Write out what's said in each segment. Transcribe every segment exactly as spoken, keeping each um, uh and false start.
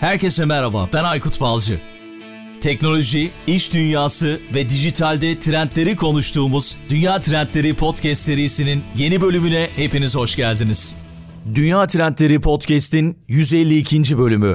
Herkese merhaba, ben Aykut Balcı. Teknoloji, iş dünyası ve dijitalde trendleri konuştuğumuz Dünya Trendleri Podcast serisinin yeni bölümüne hepiniz hoş geldiniz. Dünya Trendleri Podcast'in yüz elli ikinci bölümü.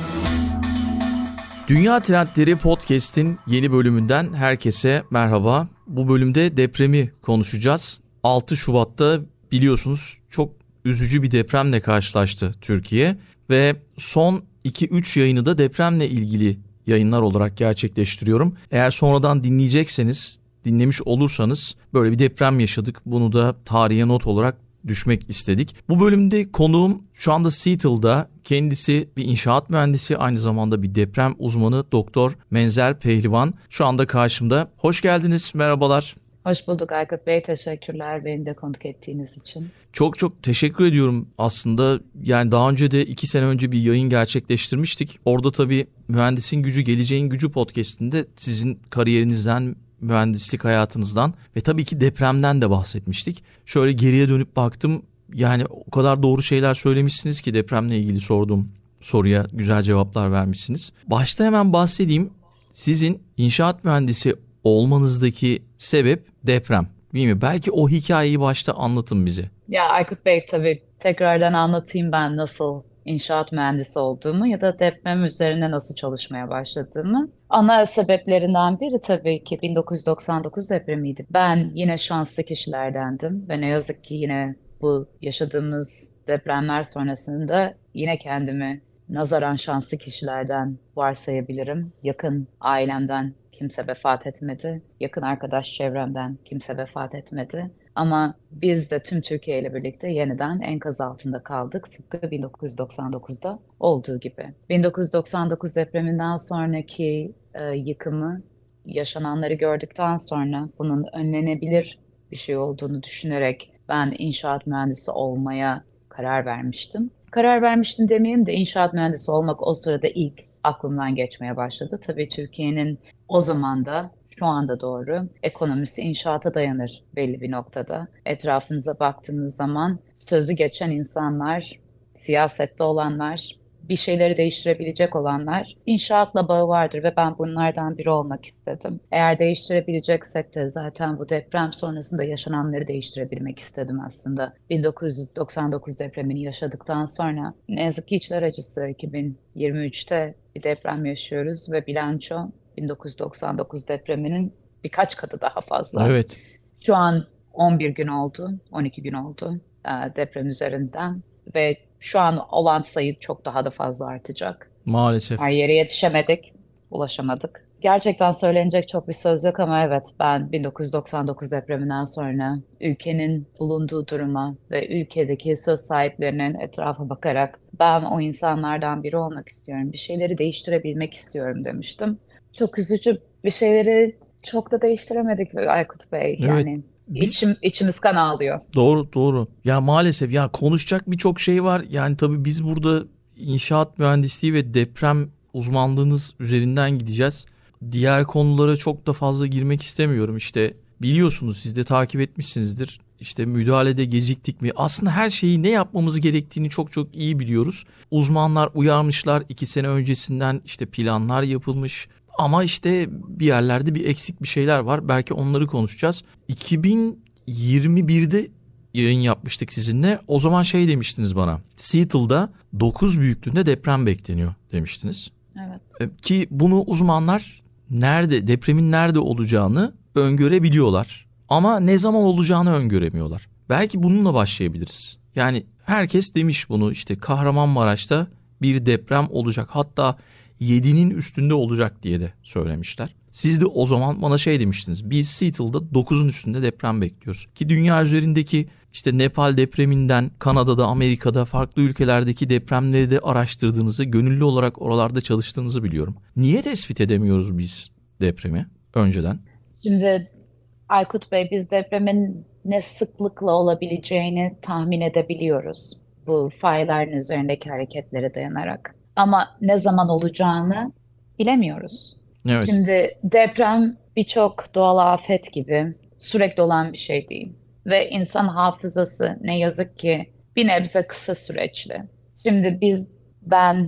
Dünya Trendleri Podcast'in yeni bölümünden herkese merhaba. Bu bölümde depremi konuşacağız. altı Şubat'ta biliyorsunuz çok üzücü bir depremle karşılaştı Türkiye ve son iki üç yayını da depremle ilgili yayınlar olarak gerçekleştiriyorum. Eğer sonradan dinleyecekseniz, dinlemiş olursanız böyle bir deprem yaşadık. Bunu da tarihe not olarak düşmek istedik. Bu bölümde konuğum şu anda Seattle'da. Kendisi bir inşaat mühendisi, aynı zamanda bir deprem uzmanı Doktor Menzer Pehlivan. Şu anda karşımda. Hoş geldiniz, merhabalar. Hoş bulduk Aykut Bey, teşekkürler beni de konuk ettiğiniz için. Çok çok teşekkür ediyorum aslında. Yani daha önce de iki sene önce bir yayın gerçekleştirmiştik. Orada tabii Mühendisin Gücü, Geleceğin Gücü podcast'inde sizin kariyerinizden, mühendislik hayatınızdan ve tabii ki depremden de bahsetmiştik. Şöyle geriye dönüp baktım, yani o kadar doğru şeyler söylemişsiniz ki depremle ilgili sorduğum soruya güzel cevaplar vermişsiniz. Başta hemen bahsedeyim. Sizin inşaat mühendisi olmanızdaki sebep deprem, değil mi? Belki o hikayeyi başta anlatın bize. Ya Aykut Bey, tabii tekrardan anlatayım ben nasıl inşaat mühendisi olduğumu ya da deprem üzerine nasıl çalışmaya başladığımı. Ana sebeplerinden biri tabii ki bin dokuz yüz doksan dokuz depremiydi. Ben yine şanslı kişilerdendim ve ne yazık ki yine bu yaşadığımız depremler sonrasında yine kendimi nazaran şanslı kişilerden varsayabilirim. Yakın ailemden kimse vefat etmedi. Yakın arkadaş çevremden kimse vefat etmedi. Ama biz de tüm Türkiye ile birlikte yeniden enkaz altında kaldık. Tıpkı bin dokuz yüz doksan dokuzda olduğu gibi. bin dokuz yüz doksan dokuz depreminden sonraki e, yıkımı, yaşananları gördükten sonra bunun önlenebilir bir şey olduğunu düşünerek ben inşaat mühendisi olmaya karar vermiştim. Karar vermiştim demeyeyim de inşaat mühendisi olmak o sırada ilk aklımdan geçmeye başladı. Tabii Türkiye'nin o zaman da şu anda doğru ekonomisi inşaata dayanır belli bir noktada. Etrafınıza baktığınız zaman sözü geçen insanlar, siyasette olanlar, bir şeyleri değiştirebilecek olanlar inşaatla bağı vardır ve ben bunlardan biri olmak istedim. Eğer değiştirebileceksek de zaten bu deprem sonrasında yaşananları değiştirebilmek istedim aslında. bin dokuz yüz doksan dokuz depremini yaşadıktan sonra ne yazık ki içler acısı iki bin yirmi üçte bir deprem yaşıyoruz ve bilanço bin dokuz yüz doksan dokuz depreminin birkaç katı daha fazla. Evet. Şu an on bir gün oldu, on iki gün oldu deprem üzerinden ve şu an olan sayı çok daha da fazla artacak. Maalesef. Her yere yetişemedik, ulaşamadık. Gerçekten söylenecek çok bir söz yok ama evet, ben bin dokuz yüz doksan dokuz depreminden sonra ülkenin bulunduğu duruma ve ülkedeki söz sahiplerinin etrafa bakarak ben o insanlardan biri olmak istiyorum, bir şeyleri değiştirebilmek istiyorum demiştim. Çok üzücü, bir şeyleri çok da değiştiremedik Aykut Bey. Evet. Yani Biz... İçim, içimiz kan ağlıyor. Doğru doğru. Ya maalesef ya konuşacak birçok şey var. Yani tabii biz burada inşaat mühendisliği ve deprem uzmanlığınız üzerinden gideceğiz. Diğer konulara çok da fazla girmek istemiyorum. İşte biliyorsunuz, siz de takip etmişsinizdir. İşte müdahalede geciktik mi? Aslında her şeyi, ne yapmamız gerektiğini çok çok iyi biliyoruz. Uzmanlar uyarmışlar, iki sene öncesinden işte planlar yapılmış. Ama işte bir yerlerde bir eksik bir şeyler var. Belki onları konuşacağız. iki bin yirmi birde yayın yapmıştık sizinle. O zaman şey demiştiniz bana. Seattle'da dokuz büyüklüğünde deprem bekleniyor demiştiniz. Evet. Ki bunu uzmanlar nerede, depremin nerede olacağını öngörebiliyorlar. Ama ne zaman olacağını öngöremiyorlar. Belki bununla başlayabiliriz. Yani herkes demiş bunu, işte Kahramanmaraş'ta bir deprem olacak. Hatta yedinin üstünde olacak diye de söylemişler. Siz de o zaman bana şey demiştiniz. Biz Seattle'da dokuzun üstünde deprem bekliyoruz. Ki dünya üzerindeki işte Nepal depreminden Kanada'da, Amerika'da, farklı ülkelerdeki depremleri de araştırdığınızı, gönüllü olarak oralarda çalıştığınızı biliyorum. Niye tespit edemiyoruz biz depremi önceden? Şimdi Aykut Bey, biz depremin ne sıklıkla olabileceğini tahmin edebiliyoruz. Bu fayların üzerindeki hareketlere dayanarak. Ama ne zaman olacağını bilemiyoruz. Evet. Şimdi deprem birçok doğal afet gibi sürekli olan bir şey değil. Ve insan hafızası ne yazık ki bir nebze kısa süreçli. Şimdi biz, ben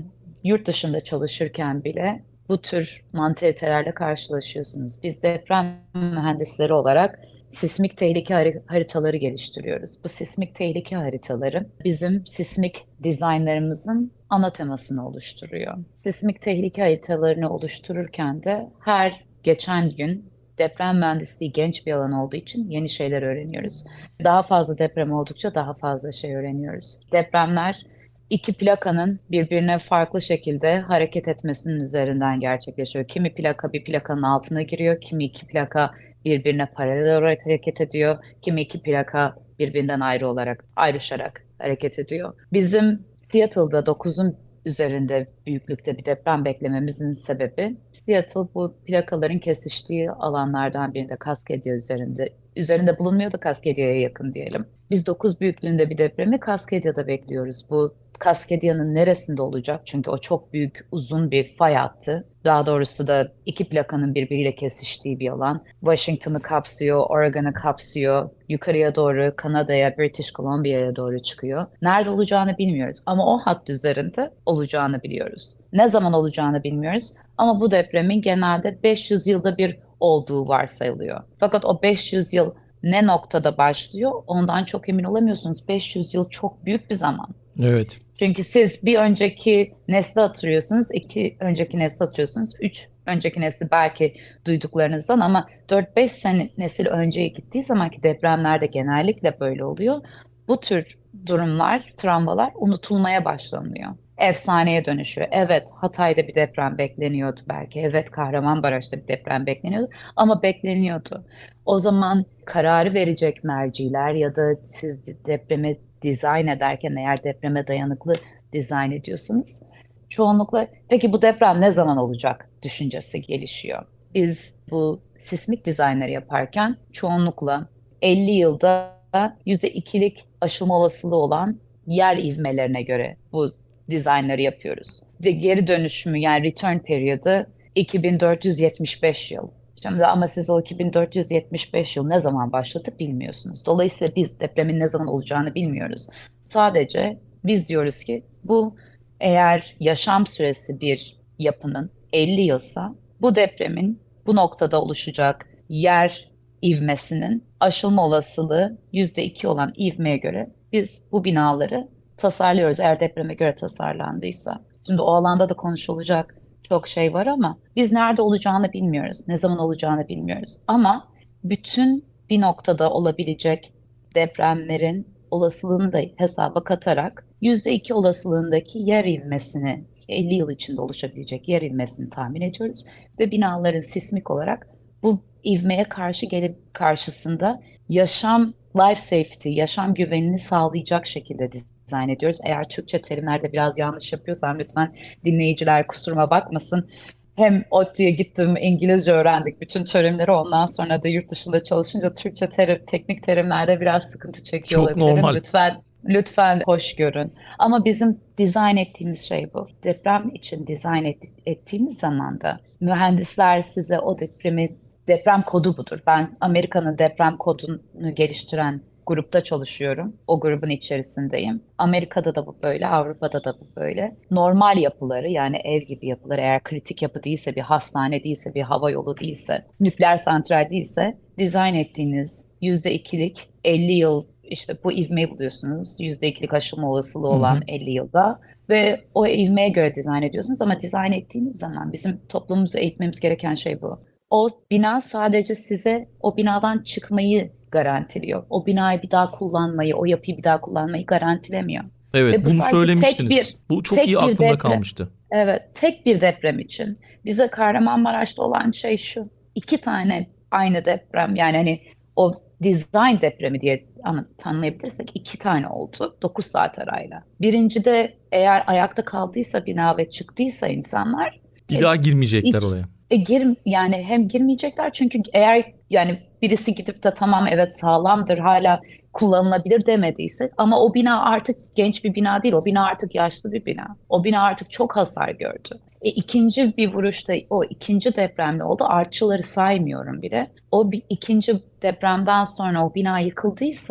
yurt dışında çalışırken bile bu tür mantevitelerle karşılaşıyorsunuz. Biz deprem mühendisleri olarak sismik tehlike hari- haritaları geliştiriyoruz. Bu sismik tehlike haritaları bizim sismik dizaynlarımızın ana temasını oluşturuyor. Sismik tehlike haritalarını oluştururken de her geçen gün deprem mühendisliği genç bir alan olduğu için yeni şeyler öğreniyoruz. Daha fazla deprem oldukça daha fazla şey öğreniyoruz. Depremler iki plakanın birbirine farklı şekilde hareket etmesinin üzerinden gerçekleşiyor. Kimi plaka bir plakanın altına giriyor, kimi iki plaka birbirine paralel olarak hareket ediyor, kimi iki plaka birbirinden ayrı olarak, ayrışarak hareket ediyor. Bizim Seattle'da dokuzun üzerinde büyüklükte bir deprem beklememizin sebebi Seattle bu plakaların kesiştiği alanlardan birinde Cascadia üzerinde üzerinde bulunmuyordu, Cascadia'ya yakın diyelim. Biz dokuz büyüklüğünde bir depremi Cascadia'da bekliyoruz. Bu Cascadia'nın neresinde olacak? Çünkü o çok büyük, uzun bir fay hattı. Daha doğrusu da iki plakanın birbiriyle kesiştiği bir alan. Washington'ı kapsıyor, Oregon'ı kapsıyor. Yukarıya doğru Kanada'ya, British Columbia'ya doğru çıkıyor. Nerede olacağını bilmiyoruz ama o hat üzerinde olacağını biliyoruz. Ne zaman olacağını bilmiyoruz ama bu depremin genelde beş yüz yılda bir olduğu varsayılıyor. Fakat o beş yüz yıl ne noktada başlıyor ondan çok emin olamıyorsunuz. beş yüz yıl çok büyük bir zaman. Evet. Çünkü siz bir önceki nesli hatırlıyorsunuz, iki önceki nesli hatırlıyorsunuz, üç önceki nesli belki duyduklarınızdan ama dört beş sene nesil önceye gittiği zamanki depremlerde genellikle böyle oluyor. Bu tür durumlar, travmalar unutulmaya başlanıyor. Efsaneye dönüşüyor. Evet, Hatay'da bir deprem bekleniyordu belki. Evet, Kahramanmaraş'ta bir deprem bekleniyordu ama bekleniyordu. O zaman kararı verecek merciler ya da siz depremi dizayn ederken eğer depreme dayanıklı dizayn ediyorsanız çoğunlukla peki bu deprem ne zaman olacak düşüncesi gelişiyor. Biz bu sismik dizaynları yaparken çoğunlukla elli yılda yüzde ikilik aşılma olasılığı olan yer ivmelerine göre bu dizaynları yapıyoruz. De geri dönüşümü yani return period'ı iki bin dört yüz yetmiş beş yıl. Şimdi ama siz o iki bin dört yüz yetmiş beş yıl ne zaman başladı bilmiyorsunuz. Dolayısıyla biz depremin ne zaman olacağını bilmiyoruz. Sadece biz diyoruz ki bu eğer yaşam süresi bir yapının elli yılsa bu depremin bu noktada oluşacak yer ivmesinin aşılma olasılığı yüzde iki olan ivmeye göre biz bu binaları tasarlıyoruz eğer depreme göre tasarlandıysa. Şimdi o alanda da konuşulacak çok şey var ama biz nerede olacağını bilmiyoruz. Ne zaman olacağını bilmiyoruz. Ama bütün bir noktada olabilecek depremlerin olasılığını da hesaba katarak yüzde iki olasılığındaki yer ivmesini elli yıl içinde oluşabilecek yer ivmesini tahmin ediyoruz ve binaların sismik olarak bu ivmeye karşı gelip karşısında yaşam life safety, yaşam güvenini sağlayacak şekilde dizayn ediyoruz. Eğer Türkçe terimlerde biraz yanlış yapıyorsam lütfen dinleyiciler kusuruma bakmasın. Hem ODTÜ'ye gittim, İngilizce öğrendik bütün terimleri. Ondan sonra da yurt dışında çalışınca Türkçe terim, teknik terimlerde biraz sıkıntı çekiyor Çok olabilirim. normal. Lütfen, lütfen hoş görün. Ama bizim dizayn ettiğimiz şey bu. Deprem için dizayn et, ettiğimiz zaman da mühendisler size o depremi, deprem kodu budur. Ben Amerika'nın deprem kodunu geliştiren grupta çalışıyorum. O grubun içerisindeyim. Amerika'da da bu böyle, Avrupa'da da bu böyle. Normal yapıları yani ev gibi yapıları eğer kritik yapı değilse, bir hastane değilse, bir hava yolu değilse, nükleer santral değilse dizayn ettiğiniz yüzde ikilik elli yıl işte bu ivmeyi buluyorsunuz. Yüzde ikilik aşılma olasılığı olan hı hı. elli yılda ve o ivmeye göre dizayn ediyorsunuz ama dizayn ettiğiniz zaman bizim toplumumuzu eğitmemiz gereken şey bu. O bina sadece size o binadan çıkmayı garantiliyor. O binayı bir daha kullanmayı, o yapıyı bir daha kullanmayı garantilemiyor. Evet, Ve bu bunu söylemiştiniz. Tek bir, bu çok tek iyi aklımda deprem, kalmıştı. Evet, tek bir deprem için. Bize Kahramanmaraş'ta olan şey şu. İki tane aynı deprem yani hani o design depremi diye tanımlayabilirsek iki tane oldu. dokuz saat arayla. Birincide eğer ayakta kaldıysa bina ve çıktıysa insanlar bir daha girmeyecekler hiç, oraya. E, gir, yani hem girmeyecekler çünkü eğer yani birisi gidip de tamam evet sağlamdır hala kullanılabilir demediyse ama o bina artık genç bir bina değil, o bina artık yaşlı bir bina. O bina artık çok hasar gördü. E, ikinci bir vuruşta o ikinci depremde oldu. Artçıları saymıyorum bile. O bir, ikinci depremden sonra o bina yıkıldıysa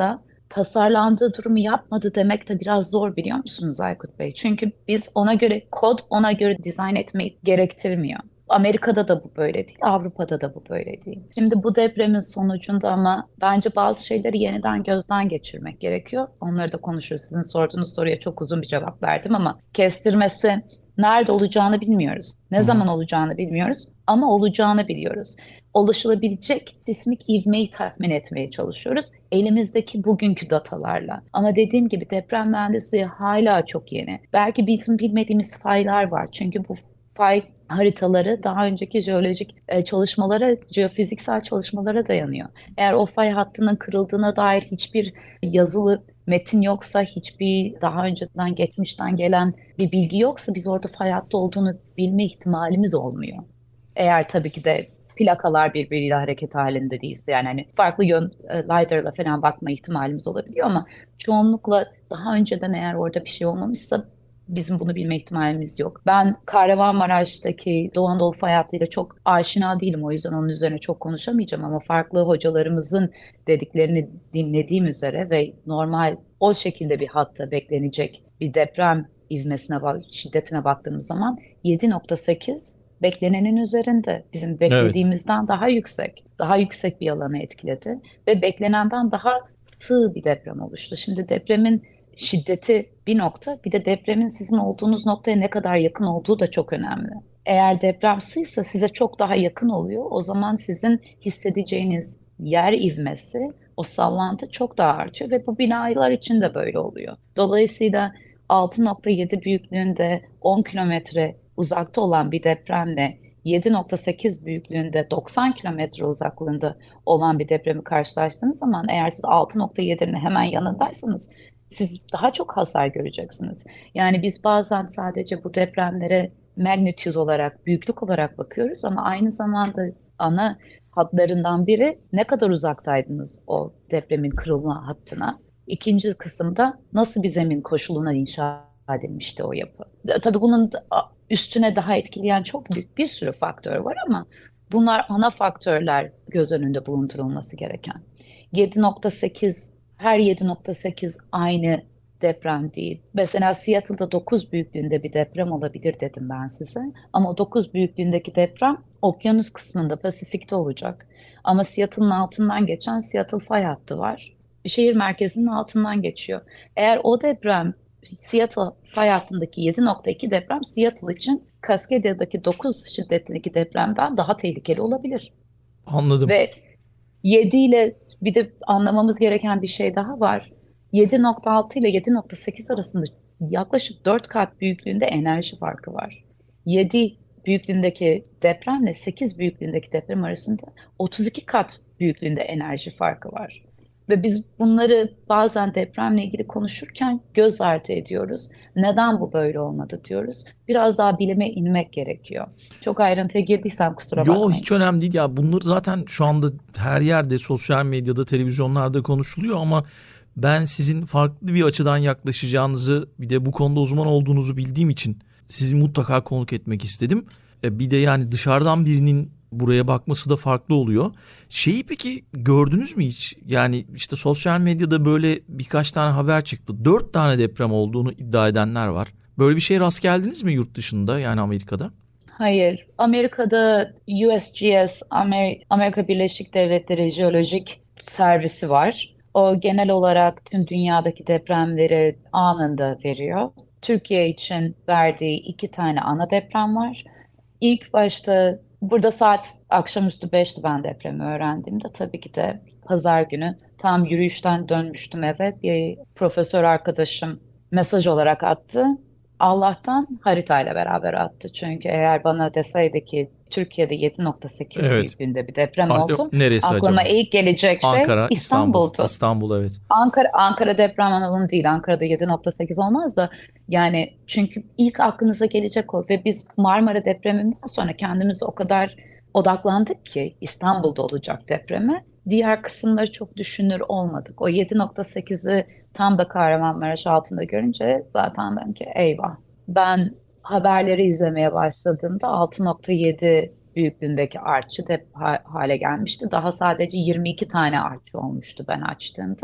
tasarlandığı durumu yapmadı demek de biraz zor, biliyor musunuz Aykut Bey? Çünkü biz ona göre kod, ona göre dizayn etmeyi gerektirmiyor. Amerika'da da bu böyle değil, Avrupa'da da bu böyle değil. Şimdi bu depremin sonucunda ama bence bazı şeyleri yeniden gözden geçirmek gerekiyor. Onları da konuşuruz. Sizin sorduğunuz soruya çok uzun bir cevap verdim ama kestirmesi, nerede olacağını bilmiyoruz. Hı Ne hı. zaman olacağını bilmiyoruz ama olacağını biliyoruz. Oluşabilecek sismik ivmeyi tahmin etmeye çalışıyoruz elimizdeki bugünkü datalarla. Ama dediğim gibi deprem mühendisliği hala çok yeni. Belki bizim bilmediğimiz faylar var. Çünkü bu fay haritaları daha önceki jeolojik e, çalışmalara, jeofiziksel çalışmalara dayanıyor. Eğer o fay hattının kırıldığına dair hiçbir yazılı metin yoksa, hiçbir daha önceden geçmişten gelen bir bilgi yoksa biz orada fay hattı olduğunu bilme ihtimalimiz olmuyor. Eğer tabii ki de plakalar birbiriyle hareket halinde değilse, yani hani farklı yön e, LiDAR'la falan bakma ihtimalimiz olabiliyor ama çoğunlukla daha önceden eğer orada bir şey olmamışsa bizim bunu bilme ihtimalimiz yok. Ben Kahramanmaraş'taki Doğu Anadolu fay hattıyla çok aşina değilim, o yüzden onun üzerine çok konuşamayacağım ama farklı hocalarımızın dediklerini dinlediğim üzere ve normal o şekilde bir hatta beklenecek bir deprem ivmesine bak, şiddetine baktığımız zaman yedi nokta sekiz beklenenin üzerinde. Bizim Evet. beklediğimizden daha yüksek, daha yüksek bir alanı etkiledi ve beklenenden daha sığ bir deprem oluştu. Şimdi depremin şiddeti bir nokta, bir de depremin sizin olduğunuz noktaya ne kadar yakın olduğu da çok önemli. Eğer deprem sığsa size çok daha yakın oluyor. O zaman sizin hissedeceğiniz yer ivmesi, o sallantı çok daha artıyor ve bu binalar için de böyle oluyor. Dolayısıyla altı nokta yedi büyüklüğünde on kilometre uzakta olan bir depremle yedi nokta sekiz büyüklüğünde doksan kilometre uzaklığında olan bir depremi karşılaştığınız zaman, eğer siz altı nokta yedinin hemen yanındaysanız siz daha çok hasar göreceksiniz. Yani biz bazen sadece bu depremlere magnitude olarak, büyüklük olarak bakıyoruz ama aynı zamanda ana hatlarından biri ne kadar uzaktaydınız o depremin kırılma hattına. İkinci kısımda nasıl bir zemin koşuluna inşa edilmişti o yapı. Tabii bunun üstüne daha etkileyen çok büyük bir sürü faktör var ama bunlar ana faktörler, göz önünde bulundurulması gereken. yedi nokta sekiz, her yedi nokta sekiz aynı deprem değil. Mesela Seattle'da dokuz büyüklüğünde bir deprem olabilir dedim ben size. Ama o dokuz büyüklüğündeki deprem okyanus kısmında, Pasifik'te olacak. Ama Seattle'ın altından geçen Seattle fay hattı var. Şehir merkezinin altından geçiyor. Eğer o deprem, Seattle fay hattındaki yedi nokta iki deprem Seattle için Cascadia'daki dokuz şiddetindeki depremden daha tehlikeli olabilir. Anladım. Ve yedi ile bir de anlamamız gereken bir şey daha var. yedi nokta altı ile yedi nokta sekiz arasında yaklaşık dört kat büyüklüğünde enerji farkı var. yedi büyüklüğündeki depremle sekiz büyüklüğündeki deprem arasında otuz iki kat büyüklüğünde enerji farkı var. Ve biz bunları bazen depremle ilgili konuşurken göz ardı ediyoruz. Neden bu böyle olmadı diyoruz. Biraz daha bilime inmek gerekiyor. Çok ayrıntıya girdiysem kusura Yo, bakmayın. hiç önemli değil ya. Bunlar zaten şu anda her yerde, sosyal medyada, televizyonlarda konuşuluyor ama ben sizin farklı bir açıdan yaklaşacağınızı, bir de bu konuda uzman olduğunuzu bildiğim için sizi mutlaka konuk etmek istedim. E, Bir de yani dışarıdan birinin buraya bakması da farklı oluyor. Şeyi peki gördünüz mü hiç? Yani işte sosyal medyada böyle birkaç tane haber çıktı. Dört tane deprem olduğunu iddia edenler var. Böyle bir şeye rast geldiniz mi yurt dışında, yani Amerika'da? Hayır. Amerika'da U S G S, Amer- Amerika Birleşik Devletleri Jeolojik Servisi var. O genel olarak tüm dünyadaki depremleri anında veriyor. Türkiye için verdiği iki tane ana deprem var. İlk başta burada saat akşamüstü beşti ben depremi öğrendiğimde. Tabii ki de pazar günü tam yürüyüşten dönmüştüm eve. Bir profesör arkadaşım mesaj olarak attı. Allah'tan haritayla beraber attı. Çünkü eğer bana deseydi ki Türkiye'de yedi nokta sekiz Evet. büyüklüğünde bir deprem A- oldu, Neresi aklıma acaba? ilk gelecek şey Ankara, İstanbul. İstanbul'du. İstanbul, evet. Ankara, Ankara deprem alanı değil. Ankara'da yedi nokta sekiz olmaz da, yani çünkü ilk aklınıza gelecek o ve biz Marmara depreminden sonra kendimize o kadar odaklandık ki İstanbul'da olacak depreme. Diğer kısımları çok düşünür olmadık. O yedi nokta sekizi tam da Kahramanmaraş altında görünce zaten dedim ki eyvah. Ben haberleri izlemeye başladığımda altı nokta yedi büyüklüğündeki artçı dep ha- hale gelmişti. Daha sadece yirmi iki tane artçı olmuştu ben açtığımda.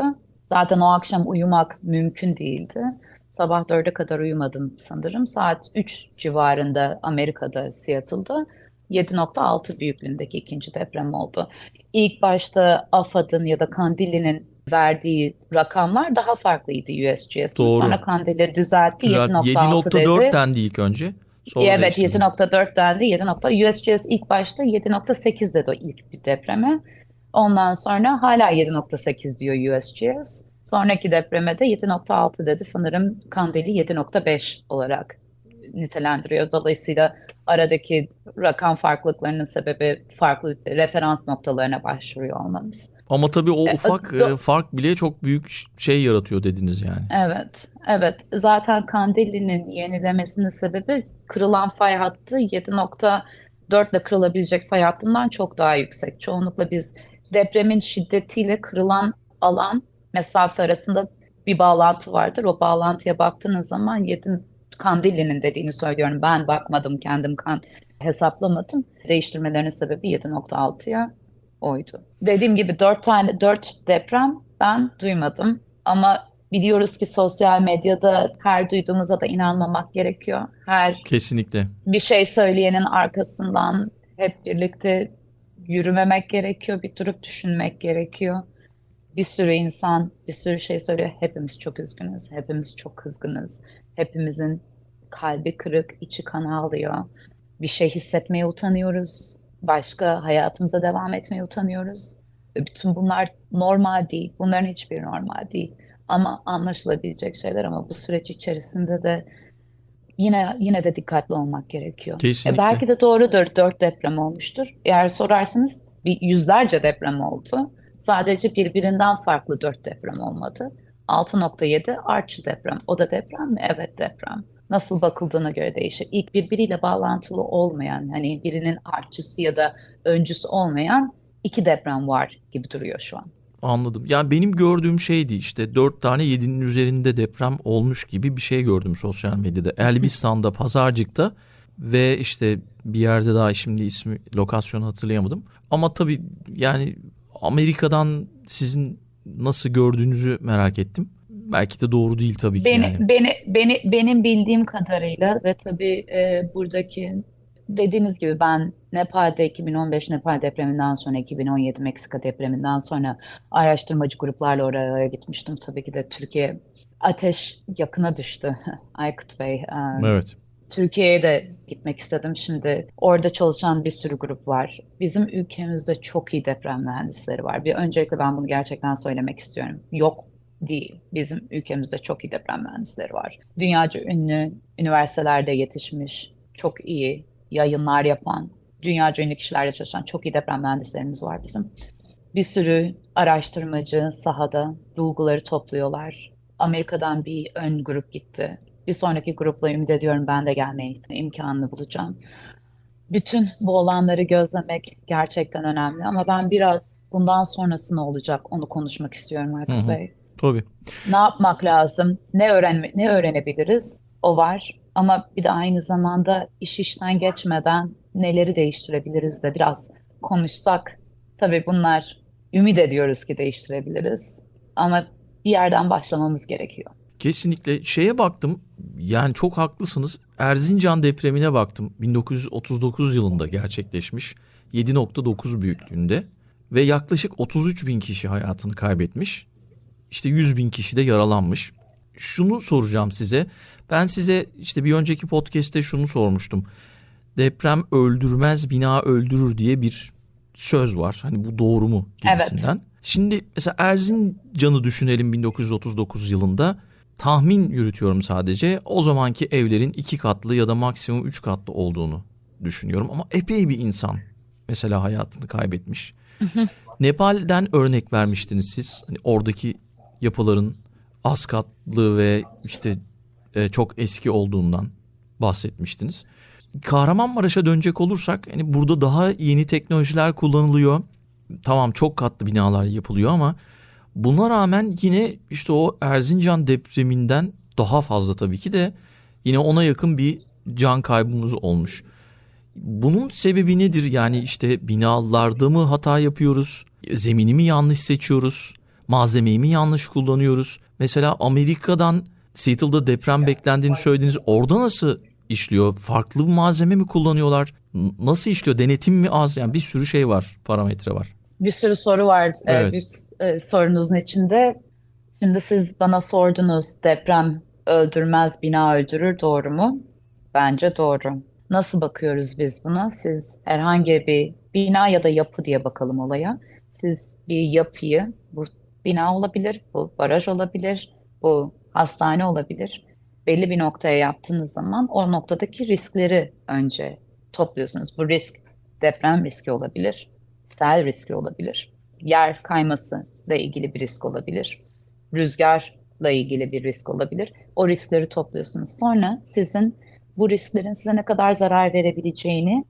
Zaten o akşam uyumak mümkün değildi. Sabah dörde kadar uyumadım sanırım. Saat üç civarında Amerika'da, Seattle'da yedi nokta altı büyüklüğündeki ikinci deprem oldu. İlk başta AFAD'ın ya da Kandili'nin verdiği rakamlar daha farklıydı U S G S'in. Doğru. Sonra Kandili düzeltti, Düzelt. yedi nokta altı yedi nokta dört dedi. dendi ilk önce. Sonra Evet, değiştirdi. yedi nokta dört dendi. yedi. U S G S ilk başta yedi nokta sekiz dedi o ilk bir depreme. Ondan sonra hala yedi nokta sekiz diyor U S G S. Sonraki depreme de yedi nokta altı dedi. Sanırım Kandili yedi nokta beş olarak nitelendiriyor. Dolayısıyla aradaki rakam farklılıklarının sebebi farklı referans noktalarına başvuruyor olmamız. Ama tabii o E, ufak do- e, fark bile çok büyük şey yaratıyor dediniz yani. Evet, evet. Zaten Kandili'nin yenilemesinin sebebi kırılan fay hattı yedi nokta dört ile kırılabilecek fay hattından çok daha yüksek. Çoğunlukla biz depremin şiddetiyle kırılan alan mesafe arasında bir bağlantı vardır. O bağlantıya baktığınız zaman yedi Kandili'nin dediğini söylüyorum. Ben bakmadım, kendim kan hesaplamadım. Değiştirmelerinin sebebi yedi nokta altıya oydu. Dediğim gibi dört tane dört deprem ben duymadım. Ama biliyoruz ki sosyal medyada her duyduğumuza da inanmamak gerekiyor. Her Kesinlikle. bir şey söyleyenin arkasından hep birlikte yürümemek gerekiyor, bir durup düşünmek gerekiyor. Bir sürü insan bir sürü şey söylüyor. Hepimiz çok üzgünüz, hepimiz çok kızgınız. Hepimizin kalbi kırık, içi kan ağlıyor. Bir şey hissetmeye utanıyoruz. Başka hayatımıza devam etmeye utanıyoruz. Ve bütün bunlar normal değil. Bunların hiçbiri normal değil. Ama anlaşılabilecek şeyler, ama bu süreç içerisinde de yine yine de dikkatli olmak gerekiyor. E Kesinlikle. belki de doğrudur, dört deprem olmuştur. Eğer sorarsanız bir yüzlerce deprem oldu. Sadece birbirinden farklı dört deprem olmadı. altı nokta yedi Artçı deprem. O da deprem mi? Evet, deprem. Nasıl bakıldığına göre değişir. İlk birbiriyle bağlantılı olmayan, hani birinin artçısı ya da öncüsü olmayan iki deprem var gibi duruyor şu an. Anladım. Yani benim gördüğüm şeydi işte dört tane yedinin üzerinde deprem olmuş gibi bir şey gördüm sosyal medyada. Elbistan'da, Pazarcık'ta ve işte bir yerde daha, şimdi ismi, lokasyonu hatırlayamadım. Ama tabii yani Amerika'dan sizin nasıl gördüğünüzü merak ettim. Belki de doğru değil tabii ki Beni, yani. beni, beni, benim bildiğim kadarıyla ve tabii e, buradaki dediğiniz gibi ben Nepal'de iki bin on beş Nepal depreminden sonra, iki bin on yedi Meksika depreminden sonra araştırmacı gruplarla oraya gitmiştim. Tabii ki de Türkiye ateş yakına düştü. Aykut Bey, e, Evet. Türkiye'ye de gitmek istedim. Şimdi orada çalışan bir sürü grup var. Bizim ülkemizde çok iyi deprem mühendisleri var. Bir öncelikle ben bunu gerçekten söylemek istiyorum. Yok değil. Bizim ülkemizde çok iyi deprem mühendisleri var. Dünyaca ünlü üniversitelerde yetişmiş, çok iyi yayınlar yapan, dünyaca ünlü kişilerle çalışan çok iyi deprem mühendislerimiz var bizim. Bir sürü araştırmacı sahada bulguları topluyorlar. Amerika'dan bir ön grup gitti. Bir sonraki grupla ümit ediyorum ben de gelmeye imkanını bulacağım. Bütün bu olanları gözlemek gerçekten önemli, ama ben biraz bundan sonrası ne olacak onu konuşmak istiyorum Hı Aykut hı. Bey. Tabii. Ne yapmak lazım? Ne öğrenme, ne öğrenebiliriz? O var. Ama bir de aynı zamanda iş işten geçmeden neleri değiştirebiliriz de biraz konuşsak. Tabii bunlar ümit ediyoruz ki değiştirebiliriz. Ama bir yerden başlamamız gerekiyor. Kesinlikle şeye baktım, yani çok haklısınız. Erzincan depremine baktım, bin dokuz yüz otuz dokuz yılında gerçekleşmiş, yedi nokta dokuz büyüklüğünde ve yaklaşık otuz üç bin kişi hayatını kaybetmiş, işte yüz bin kişi de yaralanmış. Şunu soracağım size, ben size işte bir önceki podcast'te şunu sormuştum, deprem öldürmez bina öldürür diye bir söz var, hani bu doğru mu gibisinden. Evet. Şimdi mesela Erzincan'ı düşünelim, bin dokuz yüz otuz dokuz yılında. Tahmin yürütüyorum sadece. O zamanki evlerin iki katlı ya da maksimum üç katlı olduğunu düşünüyorum. Ama epey bir insan mesela hayatını kaybetmiş. Nepal'den örnek vermiştiniz siz. Hani oradaki yapıların az katlı ve işte e, çok eski olduğundan bahsetmiştiniz. Kahramanmaraş'a dönecek olursak, hani burada daha yeni teknolojiler kullanılıyor. Tamam, çok katlı binalar yapılıyor ama buna rağmen yine işte o Erzincan depreminden daha fazla tabii ki de yine ona yakın bir can kaybımız olmuş. Bunun sebebi nedir? Yani işte binalarda mı hata yapıyoruz? Zemini mi yanlış seçiyoruz? Malzemeyi mi yanlış kullanıyoruz? Mesela Amerika'dan Seattle'da deprem beklendiğini söylediniz. Orada nasıl işliyor? Farklı bir malzeme mi kullanıyorlar? N- Nasıl işliyor? Denetim mi az? Yani bir sürü şey var, parametre var. Bir sürü soru var e, Evet. bir e, sorunuzun içinde. Şimdi siz bana sordunuz, deprem öldürmez, bina öldürür, doğru mu? Bence doğru. Nasıl bakıyoruz biz buna? Siz herhangi bir bina ya da yapı diye bakalım olaya. Siz bir yapıyı, bu bina olabilir, bu baraj olabilir, bu hastane olabilir. Belli bir noktaya yaptığınız zaman o noktadaki riskleri önce topluyorsunuz. Bu risk deprem riski olabilir, sel riski olabilir, yer kayması ile ilgili bir risk olabilir, rüzgarla ilgili bir risk olabilir. O riskleri topluyorsunuz. Sonra sizin bu risklerin size ne kadar zarar verebileceğini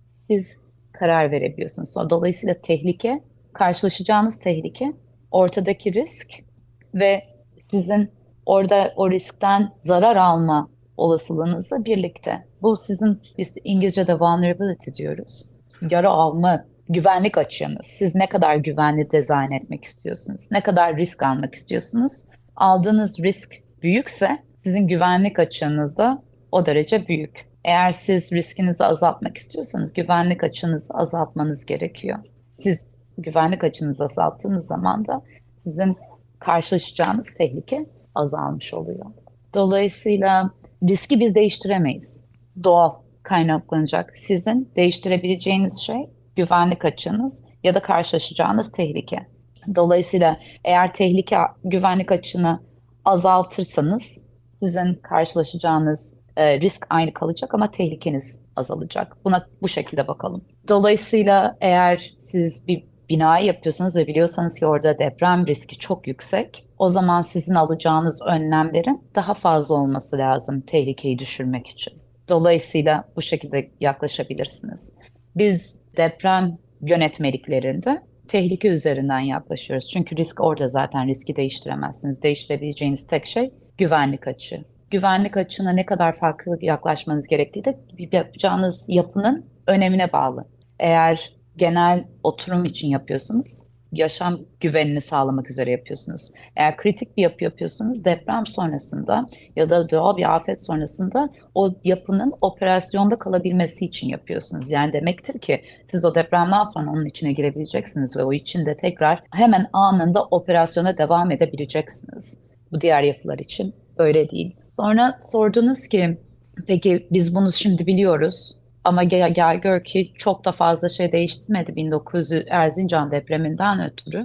siz karar verebiliyorsunuz. So- Dolayısıyla tehlike, karşılaşacağınız tehlike, ortadaki risk ve sizin orada o riskten zarar alma olasılığınızla birlikte. Bu sizin, biz İngilizce'de vulnerability diyoruz. Yara alma, güvenlik açığınız. Siz ne kadar güvenli dizayn etmek istiyorsunuz? Ne kadar risk almak istiyorsunuz? Aldığınız risk büyükse sizin güvenlik açığınız da o derece büyük. Eğer siz riskinizi azaltmak istiyorsanız güvenlik açığınızı azaltmanız gerekiyor. Siz güvenlik açığınızı azalttığınız zaman da sizin karşılaşacağınız tehlike azalmış oluyor. Dolayısıyla riski biz değiştiremeyiz. Doğal kaynaklanacak. Sizin değiştirebileceğiniz şey güvenlik açığınız ya da karşılaşacağınız tehlike. Dolayısıyla eğer tehlike güvenlik açığını azaltırsanız sizin karşılaşacağınız e, risk aynı kalacak ama tehlikeniz azalacak. Buna bu şekilde bakalım. Dolayısıyla eğer siz bir binayı yapıyorsanız ve biliyorsanız ki orada deprem riski çok yüksek, o zaman sizin alacağınız önlemlerin daha fazla olması lazım tehlikeyi düşürmek için. Dolayısıyla bu şekilde yaklaşabilirsiniz. Biz deprem yönetmeliklerinde tehlike üzerinden yaklaşıyoruz. Çünkü risk orada, zaten riski değiştiremezsiniz. Değiştirebileceğiniz tek şey güvenlik açığı. Güvenlik açığına ne kadar farklı yaklaşmanız gerektiği de yapacağınız yapının önemine bağlı. Eğer genel oturum için yapıyorsunuz, yaşam güvenini sağlamak üzere yapıyorsunuz. Eğer kritik bir yapı yapıyorsunuz, deprem sonrasında ya da doğal bir afet sonrasında o yapının operasyonda kalabilmesi için yapıyorsunuz. Yani demektir ki siz o depremden sonra onun içine girebileceksiniz ve o içinde tekrar hemen anında operasyona devam edebileceksiniz. Bu diğer yapılar için öyle değil. Sonra sordunuz ki, peki biz bunu şimdi biliyoruz ama gel, gel gör ki çok da fazla şey değiştirmedi bin dokuz yüz Erzincan depreminden ötürü.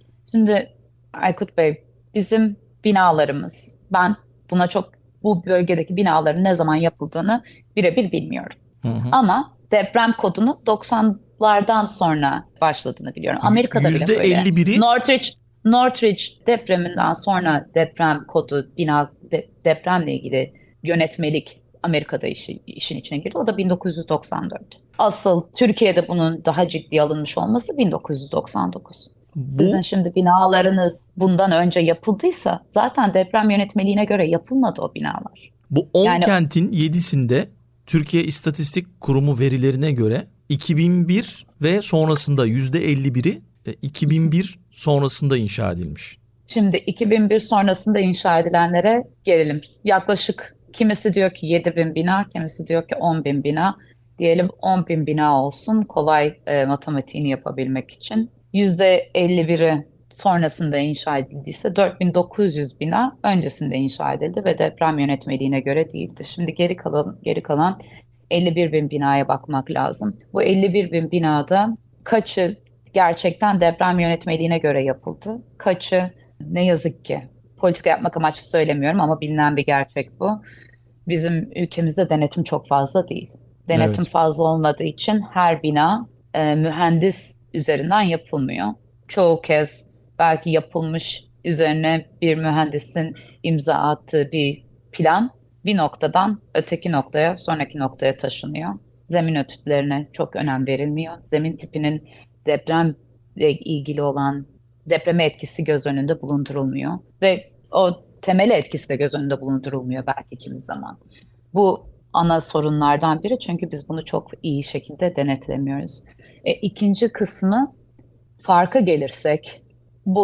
Şimdi Aykut Bey, bizim binalarımız, ben buna çok, bu bölgedeki binaların ne zaman yapıldığını birebir bilmiyorum. Hı hı. Ama deprem kodunu doksanlardan sonra başladığını biliyorum. Y- Amerika'da bile Yüzde böyle. elli biri Northridge, Northridge depreminden sonra deprem kodu, bina de- depremle ilgili yönetmelik Amerika'da işi, işin içine girdi. O da bin dokuz yüz doksan dört. Asıl Türkiye'de bunun daha ciddi alınmış olması bin dokuz yüz doksan dokuz. Sizin bu şimdi binalarınız bundan önce yapıldıysa zaten deprem yönetmeliğine göre yapılmadı o binalar. bu on Yani kentin yedisinde Türkiye İstatistik Kurumu verilerine göre iki bin bir ve sonrasında yüzde elli biri e, iki bin bir sonrasında inşa edilmiş. şimdi iki bin bir sonrasında inşa edilenlere gelelim. Yaklaşık kimisi diyor ki yedi bin bina, kimisi diyor ki on bin bina. Diyelim on bin bina olsun, kolay e, matematiğini yapabilmek için. yüzde elli biri sonrasında inşa edildiyse dört bin dokuz yüz bina öncesinde inşa edildi ve deprem yönetmeliğine göre değildi. Şimdi geri kalan, geri kalan elli bir bin binaya bakmak lazım. Bu elli bir bin binada kaçı gerçekten deprem yönetmeliğine göre yapıldı? Kaçı ne yazık ki, politika yapmak amaçlı söylemiyorum ama bilinen bir gerçek bu. Bizim ülkemizde denetim çok fazla değil. Denetim Evet. fazla olmadığı için her bina e, mühendis üzerinden yapılmıyor. Çoğu kez belki yapılmış, üzerine bir mühendisin imza attığı bir plan bir noktadan öteki noktaya, sonraki noktaya taşınıyor. Zemin etütlerine çok önem verilmiyor. Zemin tipinin depremle ilgili olan depreme etkisi göz önünde bulundurulmuyor ve o temel etkisi de göz önünde bulundurulmuyor belki kimi zaman. Bu ana sorunlardan biri, çünkü biz bunu çok iyi şekilde denetlemiyoruz. E, ikinci kısmı, farka gelirsek, bu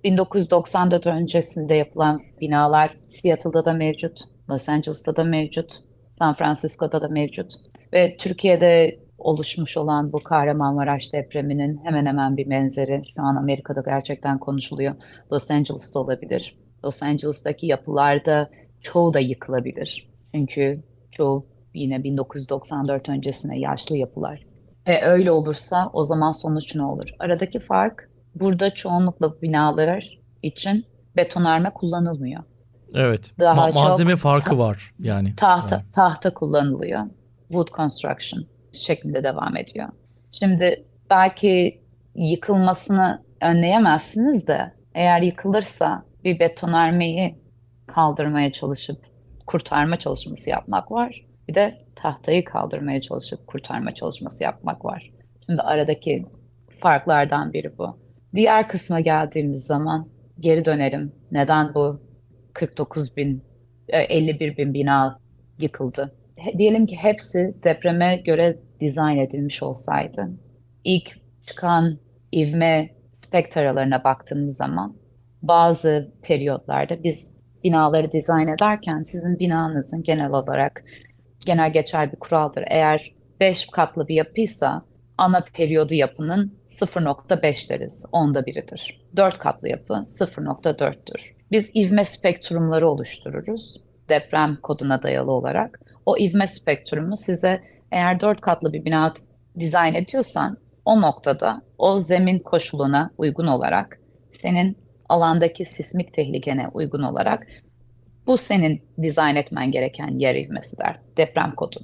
bin dokuz yüz doksan dört öncesinde yapılan binalar Seattle'da da mevcut, Los Angeles'ta da mevcut, San Francisco'da da mevcut ve Türkiye'de oluşmuş olan bu Kahramanmaraş depreminin hemen hemen bir benzeri şu an Amerika'da gerçekten konuşuluyor. Los Angeles'ta olabilir. Los Angeles'taki yapılarda çoğu da yıkılabilir. Çünkü çoğu yine bin dokuz yüz doksan dört öncesine yaşlı yapılar. E, öyle olursa o zaman sonuç ne olur? Aradaki fark burada çoğunlukla binalar için betonarme kullanılmıyor. Evet. Daha Ma- malzeme çok farkı ta- var yani. tahta Yani. tahta kullanılıyor. Wood construction şeklinde devam ediyor. Şimdi belki yıkılmasını önleyemezsiniz de eğer yıkılırsa bir betonarmeyi kaldırmaya çalışıp kurtarma çalışması yapmak var. Bir de tahtayı kaldırmaya çalışıp kurtarma çalışması yapmak var. Şimdi aradaki farklardan biri bu. Diğer kısma geldiğimiz zaman geri dönelim. Neden bu kırk dokuz bin, e, elli bir bin bina yıkıldı? He- Diyelim ki hepsi depreme göre dizayn edilmiş olsaydı. İlk çıkan ivme spektralarına baktığımız zaman bazı periyotlarda biz binaları dizayn ederken sizin binanızın genel olarak genel geçer bir kuraldır. Eğer beş katlı bir yapıysa ana periyodu yapının sıfır nokta beş deriz, onda biridir. Dört katlı yapı sıfır nokta dörttür. Biz ivme spektrumları oluştururuz deprem koduna dayalı olarak. O ivme spektrumu size eğer dört katlı bir bina dizayn ediyorsan o noktada o zemin koşuluna uygun olarak senin alandaki sismik tehlikene uygun olarak bu senin dizayn etmen gereken yer ivmesi der. Deprem kodu.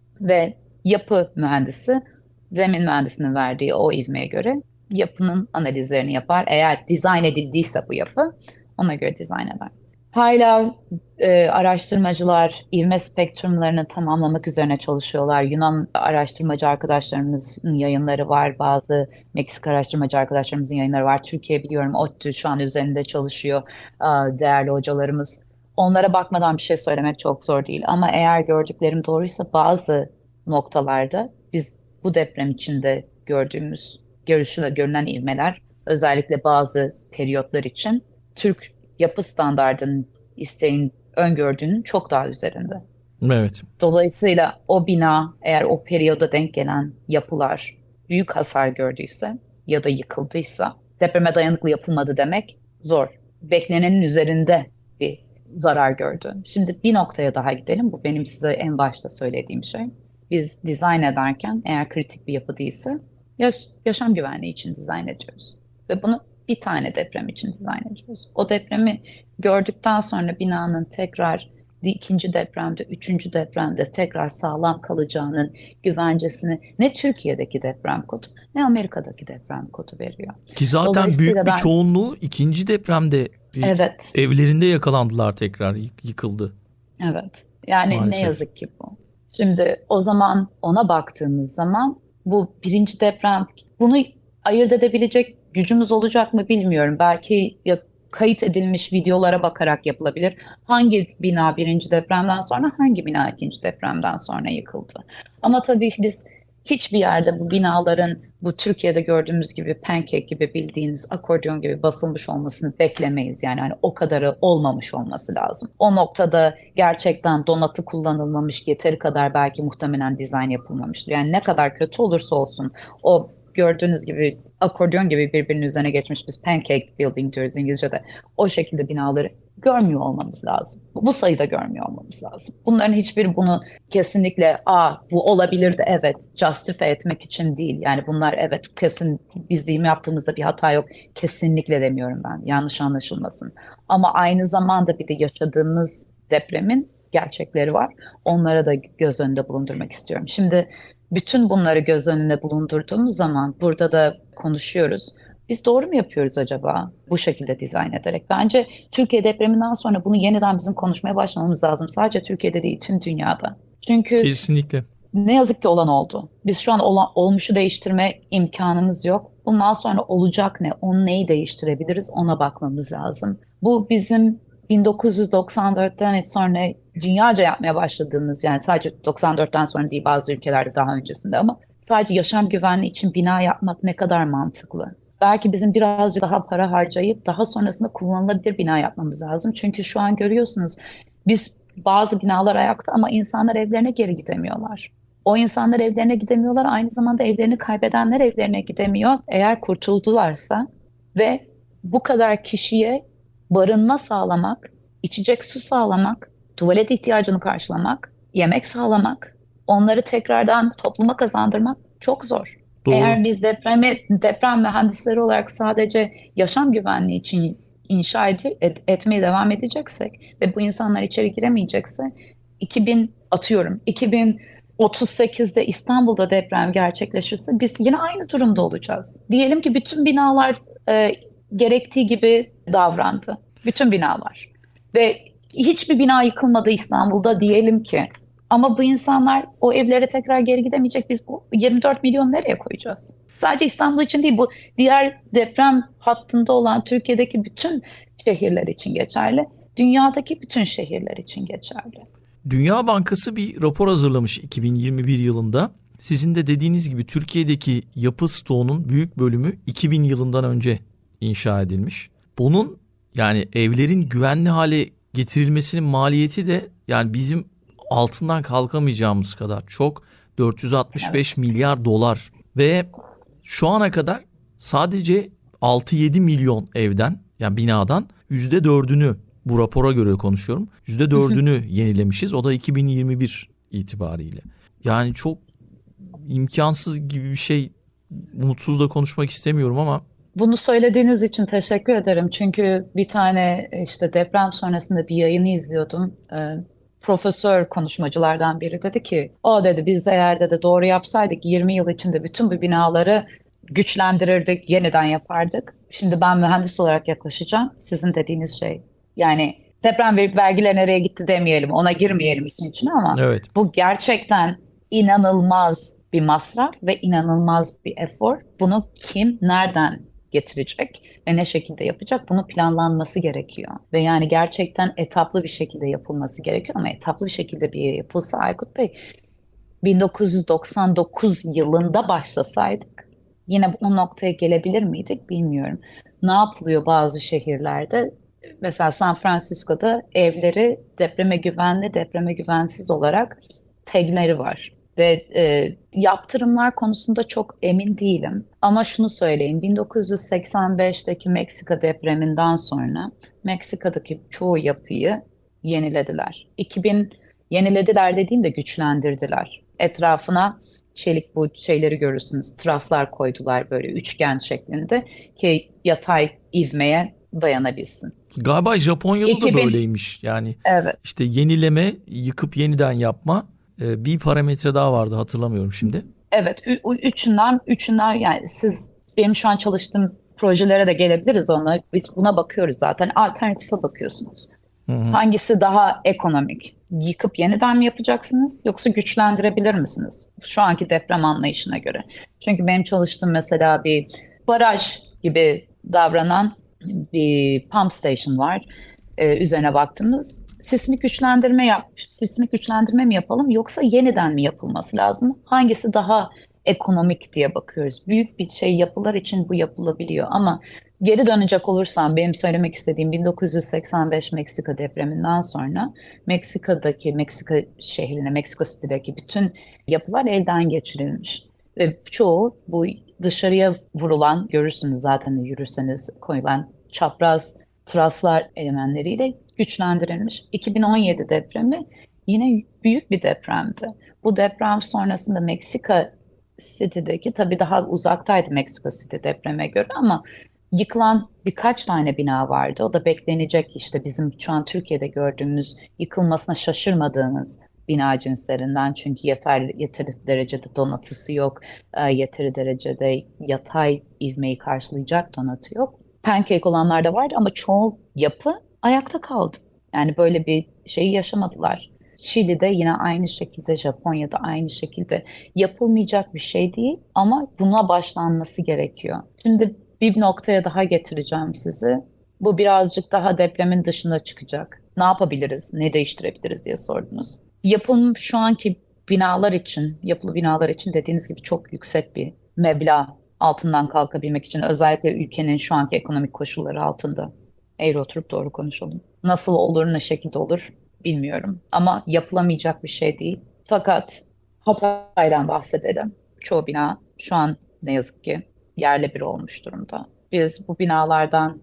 Ve yapı mühendisi zemin mühendisinin verdiği o ivmeye göre yapının analizlerini yapar. Eğer dizayn edildiyse bu yapı ona göre dizayn eder. Hala e, araştırmacılar ivme spektrumlarını tamamlamak üzerine çalışıyorlar. Yunan araştırmacı arkadaşlarımızın yayınları var. Bazı Meksik araştırmacı arkadaşlarımızın yayınları var. Türkiye biliyorum ODTÜ şu an üzerinde çalışıyor. Aa, değerli hocalarımız. Onlara bakmadan bir şey söylemek çok zor değil. Ama eğer gördüklerim doğruysa bazı noktalarda biz bu deprem içinde gördüğümüz, görüşüle görünen ivmeler özellikle bazı periyotlar için Türk yapı standardının isteğin öngördüğünün çok daha üzerinde. Evet. Dolayısıyla o bina eğer o periyoda denk gelen yapılar büyük hasar gördüyse ya da yıkıldıysa depreme dayanıklı yapılmadı demek zor. Beklenenin üzerinde bir zarar gördü. Şimdi bir noktaya daha gidelim. Bu benim size en başta söylediğim şey. Biz dizayn ederken eğer kritik bir yapı değilse yaş yaşam güvenliği için dizayn ediyoruz. Ve bunu bir tane deprem için dizayn ediyoruz. O depremi gördükten sonra binanın tekrar ikinci depremde, üçüncü depremde tekrar sağlam kalacağının güvencesini ne Türkiye'deki deprem kodu ne Amerika'daki deprem kodu veriyor. Ki zaten büyük bir ben... çoğunluğu ikinci depremde evet. evlerinde yakalandılar, tekrar yıkıldı. Evet. Yani maalesef. Ne yazık ki bu. Şimdi o zaman ona baktığımız zaman bu birinci deprem, bunu ayırt edebilecek gücümüz olacak mı bilmiyorum. Belki ya, kayıt edilmiş videolara bakarak yapılabilir. Hangi bina birinci depremden sonra, hangi bina ikinci depremden sonra yıkıldı? Ama tabii biz hiçbir yerde bu binaların bu Türkiye'de gördüğümüz gibi pancake gibi bildiğiniz akordeon gibi basılmış olmasını beklemeyiz. Yani hani o kadarı olmamış olması lazım. O noktada gerçekten donatı kullanılmamış, yeteri kadar belki muhtemelen dizayn yapılmamıştır. Yani ne kadar kötü olursa olsun o gördüğünüz gibi akordeon gibi birbirinin üzerine geçmiş, biz pancake building diyoruz İngilizce'de. O şekilde binaları görmüyor olmamız lazım. Bu sayıda görmüyor olmamız lazım. Bunların hiçbiri bunu kesinlikle aa bu olabilirdi evet justify etmek için değil. Yani bunlar evet kesin biz değil mi yaptığımızda bir hata yok. Kesinlikle demiyorum ben. Yanlış anlaşılmasın. Ama aynı zamanda bir de yaşadığımız depremin gerçekleri var. Onlara da göz önünde bulundurmak istiyorum. Şimdi bütün bunları göz önünde bulundurduğumuz zaman burada da konuşuyoruz. Biz doğru mu yapıyoruz acaba bu şekilde dizayn ederek? Bence Türkiye depreminden sonra bunu yeniden bizim konuşmaya başlamamız lazım. Sadece Türkiye'de değil, tüm dünyada. Çünkü kesinlikle ne yazık ki olan oldu. Biz şu an olan, olmuşu değiştirme imkanımız yok. Bundan sonra olacak ne? Onu neyi değiştirebiliriz? Ona bakmamız lazım. Bu bizim bin dokuz yüz doksan dörtten sonra dünyaca yapmaya başladığımız, yani sadece doksan dörtten sonra değil bazı ülkelerde daha öncesinde, ama sadece yaşam güvenliği için bina yapmak ne kadar mantıklı? Belki bizim birazcık daha para harcayıp daha sonrasında kullanılabilir bina yapmamız lazım. Çünkü şu an görüyorsunuz biz bazı binalar ayakta ama insanlar evlerine geri gidemiyorlar. O insanlar evlerine gidemiyorlar. Aynı zamanda evlerini kaybedenler evlerine gidemiyor. Eğer kurtuldularsa ve bu kadar kişiye barınma sağlamak, içecek su sağlamak, tuvalet ihtiyacını karşılamak, yemek sağlamak, onları tekrardan topluma kazandırmak çok zor. Doğru. Eğer biz depremi, deprem mühendisleri olarak sadece yaşam güvenliği için inşa ed- et- etmeye devam edeceksek ve bu insanlar içeri giremeyecekse iki bin atıyorum iki bin otuz sekizde İstanbul'da deprem gerçekleşirse biz yine aynı durumda olacağız. Diyelim ki bütün binalar e, gerektiği gibi davrandı. Bütün binalar. Ve hiçbir bina yıkılmadı İstanbul'da diyelim ki. Ama bu insanlar o evlere tekrar geri gidemeyecek. Biz bu yirmi dört milyon nereye koyacağız? Sadece İstanbul için değil, bu diğer deprem hattında olan Türkiye'deki bütün şehirler için geçerli. Dünyadaki bütün şehirler için geçerli. Dünya Bankası bir rapor hazırlamış iki bin yirmi bir yılında. Sizin de dediğiniz gibi Türkiye'deki yapı stoğunun büyük bölümü iki bin yılından önce inşa edilmiş. Bunun yani evlerin güvenli hale getirilmesinin maliyeti de yani bizim altından kalkamayacağımız kadar çok, dört yüz altmış beş Evet. milyar dolar ve şu ana kadar sadece altı yedi milyon evden yani binadan yüzde dördünü, bu rapora göre konuşuyorum, yüzde dördünü yenilemişiz. O da iki bin yirmi bir itibariyle. Yani çok imkansız gibi bir şey. Umutsuz da konuşmak istemiyorum ama Bunu söylediğiniz için teşekkür ederim. Çünkü bir tane işte deprem sonrasında bir yayını izliyordum. Ee, profesör konuşmacılardan biri dedi ki, o dedi biz eğer dedi doğru yapsaydık yirmi yıl içinde bütün bu binaları güçlendirirdik, yeniden yapardık. Şimdi ben mühendis olarak yaklaşacağım. Sizin dediğiniz şey. Yani deprem verip vergiler nereye gitti demeyelim, ona girmeyelim işin içine ama evet. bu gerçekten inanılmaz bir masraf ve inanılmaz bir efor. Bunu kim, nereden getirecek ve ne şekilde yapacak? Bunun planlanması gerekiyor. Ve yani gerçekten etaplı bir şekilde yapılması gerekiyor ama etaplı bir şekilde bir yapılsa Aykut Bey, bin dokuz yüz doksan dokuz yılında başlasaydık yine o noktaya gelebilir miydik bilmiyorum. Ne yapılıyor bazı şehirlerde? Mesela San Francisco'da evleri depreme güvenli, depreme güvensiz olarak tagleri var. Ve e, yaptırımlar konusunda çok emin değilim. Ama şunu söyleyeyim, bin dokuz yüz seksen beşteki Meksika depreminden sonra Meksika'daki çoğu yapıyı yenilediler. iki bin yenilediler dediğimde güçlendirdiler. Etrafına çelik bu şeyleri görürsünüz, traslar koydular böyle üçgen şeklinde ki yatay ivmeye dayanabilsin. Galiba Japonya'da da iki bin böyleymiş. Yani evet. işte yenileme, yıkıp yeniden yapma, e, bir parametre daha vardı, hatırlamıyorum şimdi. Evet, ü- ü- üçünden üçünden yani siz benim şu an çalıştığım projelere de gelebiliriz onunla. Biz buna bakıyoruz zaten. Alternatife bakıyorsunuz. Hı hı. Hangisi daha ekonomik? Yıkıp yeniden mi yapacaksınız yoksa güçlendirebilir misiniz? Şu anki deprem anlayışına göre. Çünkü benim çalıştığım mesela bir baraj gibi davranan bir pump station var. Ee, üzerine baktığımız sismik güçlendirme yap, sismik güçlendirme mi yapalım yoksa yeniden mi yapılması lazım? Hangisi daha ekonomik diye bakıyoruz. Büyük bir şey yapılar için bu yapılabiliyor ama geri dönecek olursam benim söylemek istediğim bin dokuz yüz seksen beş Meksika depreminden sonra Meksika'daki Meksika şehrine, Meksiko City'deki bütün yapılar elden geçirilmiş. Ve çoğu bu dışarıya vurulan, görürsünüz zaten de yürürseniz, koyulan çapraz traslar elementleriyle güçlendirilmiş. iki bin on yedi depremi yine büyük bir depremdi. Bu deprem sonrasında Meksika City'deki, tabii daha uzaktaydı Meksiko City depreme göre ama yıkılan birkaç tane bina vardı. O da beklenecek, işte bizim şu an Türkiye'de gördüğümüz yıkılmasına şaşırmadığımız bina cinslerinden. Çünkü yeter, yeteri derecede donatısı yok, e, yeteri derecede yatay ivmeyi karşılayacak donatı yok. Pancake olanlar da vardı ama çoğu yapı ayakta kaldı. Yani böyle bir şeyi yaşamadılar. Şili'de yine aynı şekilde, Japonya'da aynı şekilde yapılmayacak bir şey değil ama buna başlanması gerekiyor. Şimdi bir noktaya daha getireceğim sizi. Bu birazcık daha depremin dışına çıkacak. Ne yapabiliriz, ne değiştirebiliriz diye sordunuz. Yapılmış şu anki binalar için, yapılı binalar için dediğiniz gibi çok yüksek bir meblağ altından kalkabilmek için, özellikle ülkenin şu anki ekonomik koşulları altında. Eğri oturup doğru konuşalım. Nasıl olur, ne şekilde olur bilmiyorum. Ama yapılamayacak bir şey değil. Fakat Hatay'dan bahsedelim. Çoğu bina şu an ne yazık ki yerle bir olmuş durumda. Biz bu binalardan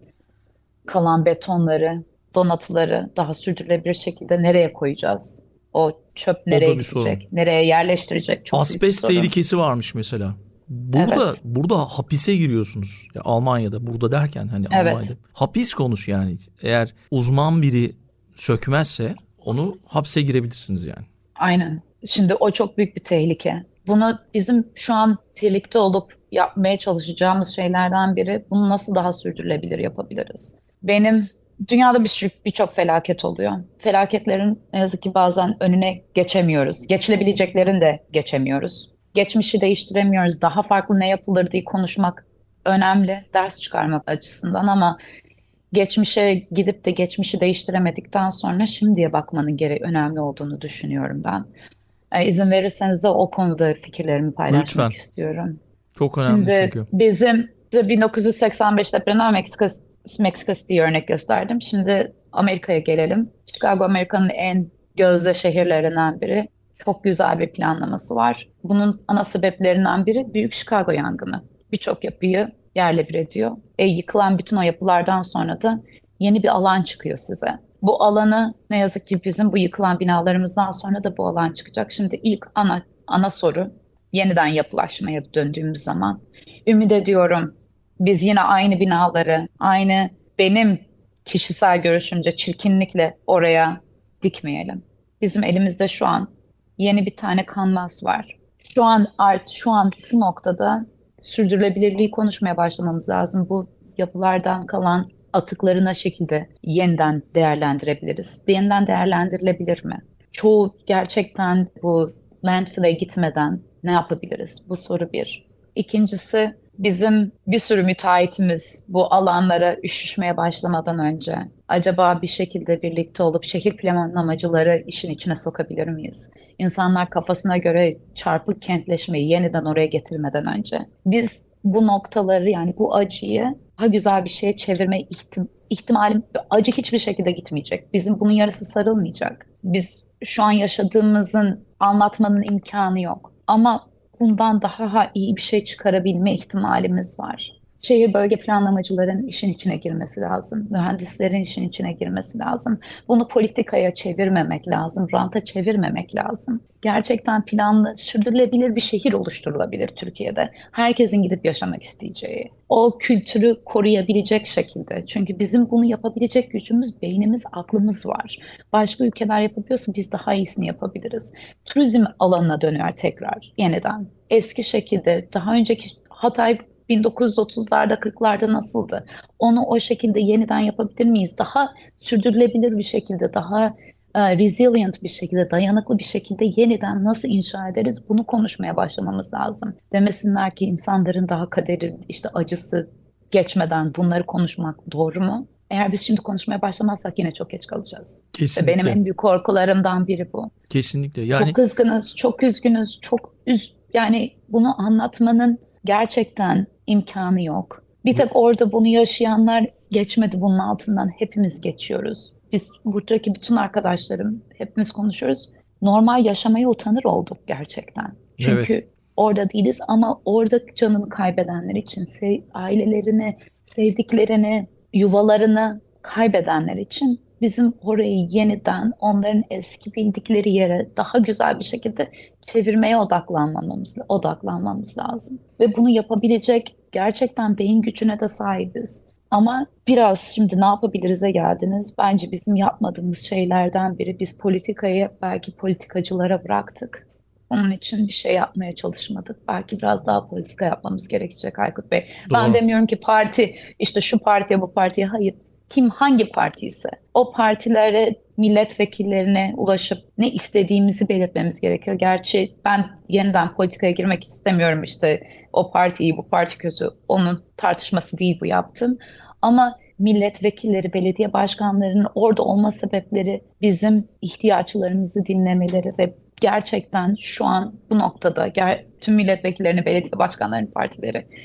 kalan betonları, donatıları daha sürdürülebilir şekilde nereye koyacağız? O çöp O nereye da bir sorun. gidecek? Nereye yerleştirecek? Çok büyük bir Asbest sorun. tehlikesi varmış mesela. Burada Evet, burada hapise giriyorsunuz. Ya Almanya'da, burada derken hani Almanya'da. evet, Hapis konuş yani. Eğer uzman biri sökmezse onu hapse girebilirsiniz yani. aynen. Şimdi o çok büyük bir tehlike. Bunu bizim şu an birlikte olup yapmaya çalışacağımız şeylerden biri, bunu nasıl daha sürdürülebilir yapabiliriz? Benim dünyada bir sürü birçok felaket oluyor. Felaketlerin ne yazık ki bazen önüne geçemiyoruz. Geçilebileceklerin de geçemiyoruz. Geçmişi değiştiremiyoruz. Daha farklı ne yapılır diye konuşmak önemli, ders çıkarmak açısından, ama geçmişe gidip de geçmişi değiştiremedikten sonra şimdiye bakmanın gereği önemli olduğunu düşünüyorum ben. E, izin verirseniz de o konuda fikirlerimi paylaşmak Lütfen. istiyorum. Çok önemli Şimdi çünkü. bizim bin dokuz yüz seksen beş depreminden Meksika, Meksika City'yi örnek gösterdim. Şimdi Amerika'ya gelelim. Chicago Amerika'nın en gözde şehirlerinden biri. Çok güzel bir planlaması var. Bunun ana sebeplerinden biri Büyük Chicago yangını. Birçok yapıyı yerle bir ediyor. E, yıkılan bütün o yapılardan sonra da yeni bir alan çıkıyor size. Bu alanı ne yazık ki bizim bu yıkılan binalarımızdan sonra da bu alan çıkacak. Şimdi ilk ana ana soru, yeniden yapılaşmaya döndüğümüz zaman ümit ediyorum biz yine aynı binaları, aynı, benim kişisel görüşümce, çirkinlikle oraya dikmeyelim. Bizim elimizde şu an yeni bir tane kanvas var. Şu an art, şu an şu noktada sürdürülebilirliği konuşmaya başlamamız lazım. Bu yapılardan kalan atıkları ne şekilde yeniden değerlendirebiliriz? Yeniden değerlendirilebilir mi? Çoğu gerçekten bu landfill'e gitmeden ne yapabiliriz? Bu soru bir. İkincisi, bizim bir sürü müteahhitimiz bu alanlara üşüşmeye başlamadan önce acaba bir şekilde birlikte olup şehir planlamacıları işin içine sokabilir miyiz? İnsanlar kafasına göre çarpık kentleşmeyi yeniden oraya getirmeden önce biz bu noktaları, yani bu acıyı daha güzel bir şeye çevirme ihtim ihtimali, acı hiçbir şekilde gitmeyecek. Bizim bunun yarısı sarılmayacak. Biz şu an yaşadığımızın anlatmanın imkanı yok. Ama bundan daha iyi bir şey çıkarabilme ihtimalimiz var. Şehir bölge planlamacıların işin içine girmesi lazım. Mühendislerin işin içine girmesi lazım. Bunu politikaya çevirmemek lazım, ranta çevirmemek lazım. Gerçekten planlı, sürdürülebilir bir şehir oluşturulabilir Türkiye'de. Herkesin gidip yaşamak isteyeceği. O kültürü koruyabilecek şekilde. Çünkü bizim bunu yapabilecek gücümüz, beynimiz, aklımız var. Başka ülkeler yapabiliyorsa biz daha iyisini yapabiliriz. Turizm alanına dönüyor tekrar, yeniden. Eski şekilde, daha önceki Hatay bin dokuz yüz otuzlarda, kırklarda nasıldı? Onu o şekilde yeniden yapabilir miyiz? Daha sürdürülebilir bir şekilde, daha e, resilient bir şekilde, dayanıklı bir şekilde yeniden nasıl inşa ederiz? Bunu konuşmaya başlamamız lazım. Demesinler ki insanların daha kaderi, işte acısı geçmeden bunları konuşmak doğru mu? Eğer biz şimdi konuşmaya başlamazsak yine çok geç kalacağız. Ve benim Kesinlikle. en büyük korkularımdan biri bu. Kesinlikle. Yani Çok kızgınız, çok üzgünüz, çok üz yani bunu anlatmanın gerçekten imkanı yok. Bir tek orada bunu yaşayanlar geçmedi, bunun altından hepimiz geçiyoruz. Biz buradaki bütün arkadaşlarım hepimiz konuşuyoruz. Normal yaşamaya utanır olduk gerçekten. evet. Çünkü orada değiliz, ama orada canını kaybedenler için, sev ailelerini, sevdiklerini, yuvalarını kaybedenler için bizim orayı yeniden onların eski bildikleri yere daha güzel bir şekilde çevirmeye odaklanmamız, odaklanmamız lazım. Ve bunu yapabilecek gerçekten beyin gücüne de sahibiz. Ama biraz şimdi ne yapabiliriz'e geldiniz. Bence bizim yapmadığımız şeylerden biri, biz politikayı belki politikacılara bıraktık. Onun için bir şey yapmaya çalışmadık. Belki biraz daha politika yapmamız gerekecek Aykut Bey. Ben Doğru. demiyorum ki parti, işte şu partiye bu partiye, hayır. Kim hangi parti ise o partilere, milletvekillerine ulaşıp ne istediğimizi belirtmemiz gerekiyor. Gerçi ben yeniden politikaya girmek istemiyorum, işte o parti iyi, bu parti kötü. Onun tartışması değil bu yaptım. Ama milletvekilleri, belediye başkanlarının orada olma sebepleri bizim ihtiyaçlarımızı dinlemeleri ve gerçekten şu an bu noktada ger- tüm milletvekillerine, belediye başkanlarının partileri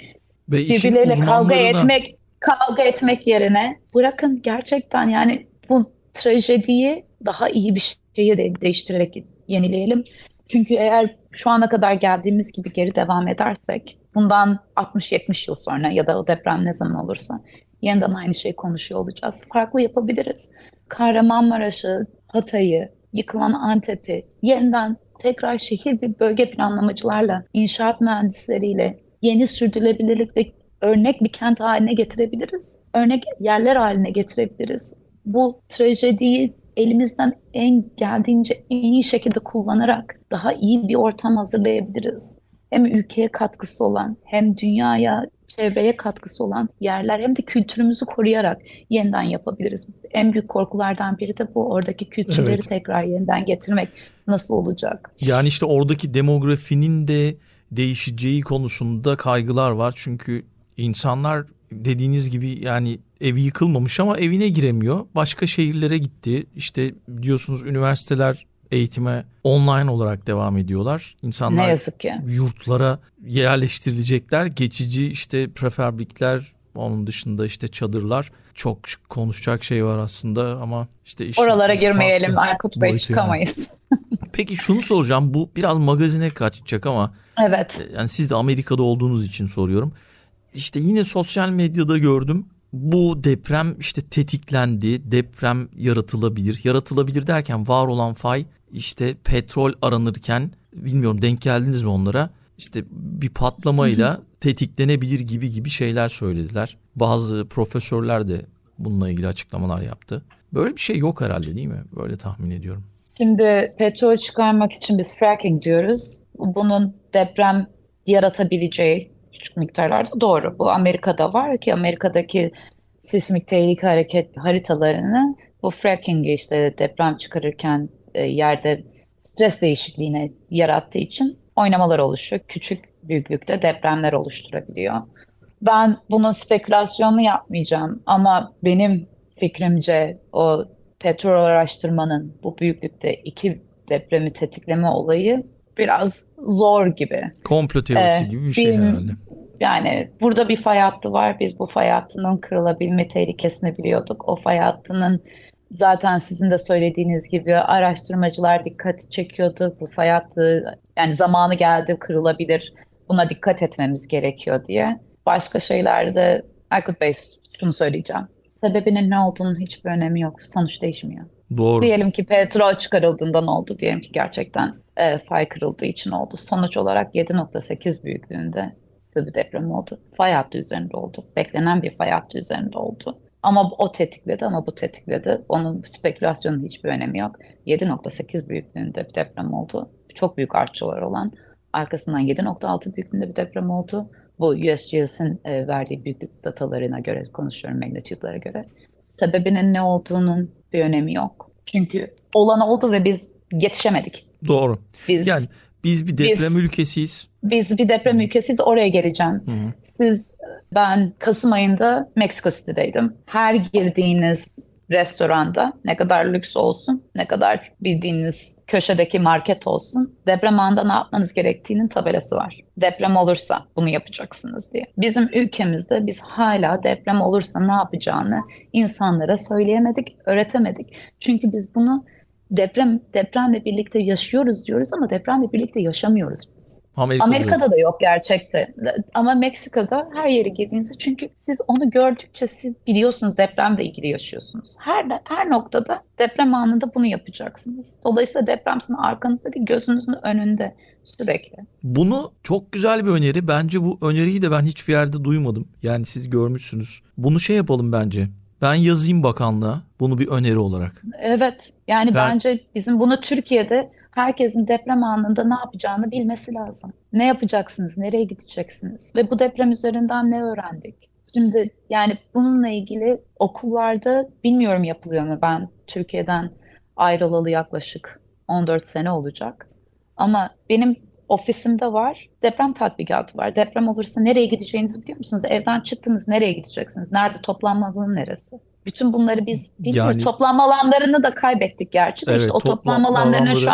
Ve işin Birbirleriyle kavga uzmanlarına etmek kavga etmek yerine bırakın gerçekten, yani bu trajediyi daha iyi bir şeye de değiştirerek yenileyelim. Çünkü eğer şu ana kadar geldiğimiz gibi geri devam edersek bundan altmış yetmiş yıl sonra ya da o deprem ne zaman olursa yeniden aynı şeyi konuşuyor olacağız. Farklı yapabiliriz. Kahramanmaraş'ı, Hatay'ı, yıkılan Antep'i yeniden tekrar şehir bir bölge planlamacılarla, inşaat mühendisleriyle yeni sürdürülebilirlikle örnek bir kent haline getirebiliriz. Örnek yerler haline getirebiliriz. Bu trajediyi elimizden en geldiğince en iyi şekilde kullanarak daha iyi bir ortam hazırlayabiliriz. Hem ülkeye katkısı olan, hem dünyaya, çevreye katkısı olan yerler, hem de kültürümüzü koruyarak yeniden yapabiliriz. En büyük korkulardan biri de bu. Oradaki kültürleri evet. tekrar yeniden getirmek nasıl olacak? Yani işte oradaki demografinin de değişeceği konusunda kaygılar var. Çünkü insanlar dediğiniz gibi yani evi yıkılmamış ama evine giremiyor. Başka şehirlere gitti. İşte biliyorsunuz üniversiteler eğitime online olarak devam ediyorlar. Ne İnsanlar yazık ki. yurtlara yerleştirilecekler. Geçici işte prefabrikler, onun dışında işte çadırlar. Çok konuşacak şey var aslında ama işte işin Oralara girmeyelim farklı Aykut Bey, boyutu yani. çıkamayız. Peki şunu soracağım, bu biraz magazine kaçacak ama Evet. yani siz de Amerika'da olduğunuz için soruyorum. İşte yine sosyal medyada gördüm. Bu deprem işte tetiklendi. Deprem yaratılabilir. Yaratılabilir derken var olan fay işte petrol aranırken, bilmiyorum denk geldiniz mi onlara? İşte bir patlamayla tetiklenebilir gibi gibi şeyler söylediler. Bazı profesörler de bununla ilgili açıklamalar yaptı. Böyle bir şey yok herhalde, değil mi? Böyle tahmin ediyorum. Şimdi petrol çıkarmak için biz fracking diyoruz. Bunun deprem yaratabileceği küçük miktarlarda doğru. Bu Amerika'da var ki Amerika'daki sismik tehlike hareket haritalarını bu fracking'i işte deprem çıkarırken e, yerde stres değişikliğine yarattığı için oynamalar oluşuyor. Küçük büyüklükte depremler oluşturabiliyor. Ben bunun spekülasyonunu yapmayacağım ama benim fikrimce o petrol araştırmanın bu büyüklükte iki depremi tetikleme olayı biraz zor gibi. Komplo teorisi Ee, gibi bir şey bir, herhalde. yani burada bir fay hattı var. Biz bu fay hattının kırılabilme tehlikesini biliyorduk. O fay hattının zaten sizin de söylediğiniz gibi araştırmacılar dikkat çekiyordu. Bu fay hattı yani zamanı geldi kırılabilir. Buna dikkat etmemiz gerekiyor diye. Başka şeylerde Aykut Bey, şunu söyleyeceğim. Sebebinin ne olduğunun hiçbir önemi yok. Sonuç değişmiyor. Doğru. Diyelim ki petrol çıkarıldığından oldu. Diyelim ki gerçekten e, fay kırıldığı için oldu. Sonuç olarak yedi nokta sekiz büyüklüğünde bir deprem oldu. Fay hattı üzerinde oldu. Beklenen bir fay hattı üzerinde oldu. Ama o tetikledi ama bu tetikledi. Onun spekülasyonun hiçbir önemi yok. yedi nokta sekiz büyüklüğünde bir deprem oldu. Çok büyük artçılar olan. Arkasından yedi nokta altı büyüklüğünde bir deprem oldu. Bu U S G S'in e, verdiği büyüklük datalarına göre konuşuyorum, magnitude'lara göre. Sebebinin ne olduğunun bir önemi yok. Çünkü olan oldu ve biz yetişemedik. Doğru. Biz, yani biz bir deprem biz, ülkesiyiz. Biz bir deprem ülkesiyiz. Oraya geleceğim. Hı-hı. Siz, ben Kasım ayında Meksiko City'deydim. Her girdiğiniz restoranda ne kadar lüks olsun, ne kadar bildiğiniz köşedeki market olsun, deprem anında ne yapmanız gerektiğinin tabelası var. Deprem olursa bunu yapacaksınız diye. Bizim ülkemizde biz hala deprem olursa ne yapacağını insanlara söyleyemedik, öğretemedik. Çünkü biz bunu deprem depremle birlikte yaşıyoruz diyoruz ama depremle birlikte yaşamıyoruz biz. Amerika'da, Amerika'da da yok gerçekte. Ama Meksika'da her yere girdiğinizde, çünkü siz onu gördükçe siz biliyorsunuz depremle ilgili yaşıyorsunuz. Her her noktada deprem anında bunu yapacaksınız. Dolayısıyla deprem sizin arkanızda değil, gözünüzün önünde sürekli. Bunu çok güzel bir öneri. Bence bu öneriyi de ben hiçbir yerde duymadım. Yani siz görmüşsünüz. Bunu şey yapalım bence. Ben yazayım bakanlığa bunu bir öneri olarak. Evet. Yani Ben... bence bizim bunu Türkiye'de herkesin deprem anında ne yapacağını bilmesi lazım. Ne yapacaksınız? Nereye gideceksiniz? Ve bu deprem üzerinden ne öğrendik? Şimdi yani bununla ilgili okullarda bilmiyorum yapılıyor mu? Ben Türkiye'den ayrılalı yaklaşık on dört sene olacak. Ama benim ofisimde var. Deprem tatbikatı var. Deprem olursa nereye gideceğinizi biliyor musunuz? Evden çıktınız, nereye gideceksiniz? Nerede toplanma alanı neresi? Bütün bunları biz bilmiyoruz. Yani, toplanma alanlarını da kaybettik gerçi de. Evet, işte o toplanma alanlarının şu an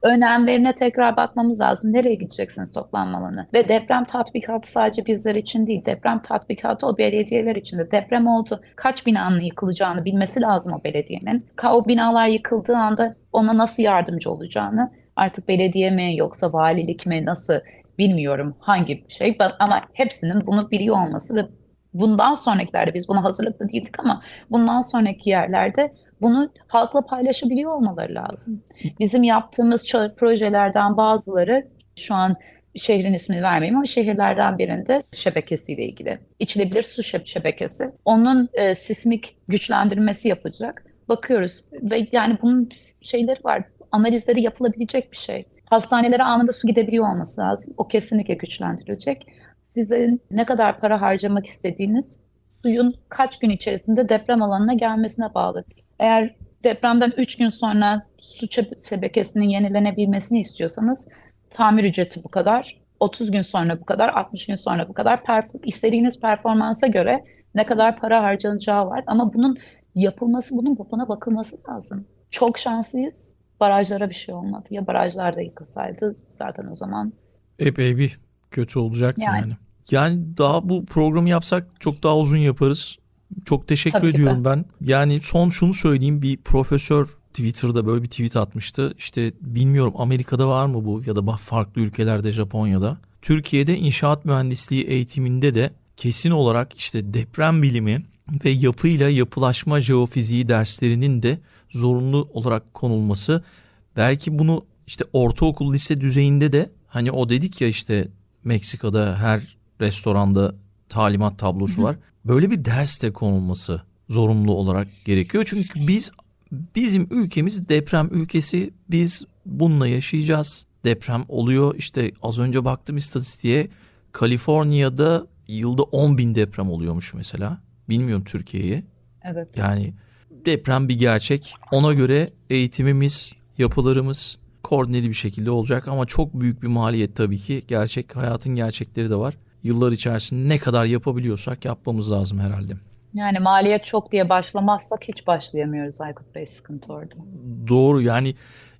önemlerine tekrar bakmamız lazım. Nereye gideceksiniz toplanma alanı? Ve deprem tatbikatı sadece bizler için değil. Deprem tatbikatı o belediyeler için de. Deprem oldu. Kaç binanın yıkılacağını bilmesi lazım o belediyenin. O binalar yıkıldığı anda ona nasıl yardımcı olacağını, artık belediye mi yoksa valilik mi, nasıl bilmiyorum hangi şey, ama hepsinin bunu biliyor olması ve bundan sonrakilerde, biz buna hazırlıklı değildik ama bundan sonraki yerlerde bunu halkla paylaşabiliyor olmaları lazım. Bizim yaptığımız projelerden bazıları, şu an şehrin ismini vermeyeyim ama şehirlerden birinde şebekesiyle ilgili. İçilebilir su şebekesi. Onun e, sismik güçlendirmesi yapacak. Bakıyoruz ve yani bunun şeyleri var. Analizleri yapılabilecek bir şey. Hastanelere anında su gidebiliyor olması lazım. O kesinlikle güçlendirilecek. Sizin ne kadar para harcamak istediğiniz suyun kaç gün içerisinde deprem alanına gelmesine bağlı. Eğer depremden üç gün sonra su şebekesinin yenilenebilmesini istiyorsanız tamir ücreti bu kadar. otuz gün sonra bu kadar, altmış gün sonra bu kadar. Perf- istediğiniz performansa göre ne kadar para harcanacağı var. Ama bunun yapılması, bunun buna bakılması lazım. Çok şanslıyız. Barajlara bir şey olmadı. Ya barajlar da yıkılsaydı zaten o zaman. Epey bir kötü olacaktı yani. Yani. Yani daha bu programı yapsak çok daha uzun yaparız. Çok teşekkür Tabii ki ediyorum de. ben. Yani son şunu söyleyeyim, bir profesör Twitter'da böyle bir tweet atmıştı. İşte bilmiyorum Amerika'da var mı bu ya da farklı ülkelerde, Japonya'da. Türkiye'de inşaat mühendisliği eğitiminde de kesin olarak işte deprem bilimi ve yapıyla yapılaşma jeofiziği derslerinin de zorunlu olarak konulması. Belki bunu işte ortaokul, lise düzeyinde de, hani o dedik ya işte Meksika'da her restoranda talimat tablosu var. Böyle bir ders de konulması zorunlu olarak gerekiyor. Çünkü biz bizim ülkemiz deprem ülkesi. Biz bununla yaşayacağız. Deprem oluyor. İşte az önce baktım istatistiğe. Kaliforniya'da yılda on bin deprem oluyormuş mesela. Bilmiyorum Türkiye'yi. Evet. Yani deprem bir gerçek. Ona göre eğitimimiz, yapılarımız koordineli bir şekilde olacak ama çok büyük bir maliyet tabii ki. Gerçek, hayatın gerçekleri de var. Yıllar içerisinde ne kadar yapabiliyorsak yapmamız lazım herhalde. Yani maliyet çok diye başlamazsak hiç başlayamıyoruz Aykut Bey, sıkıntı orada. Doğru, yani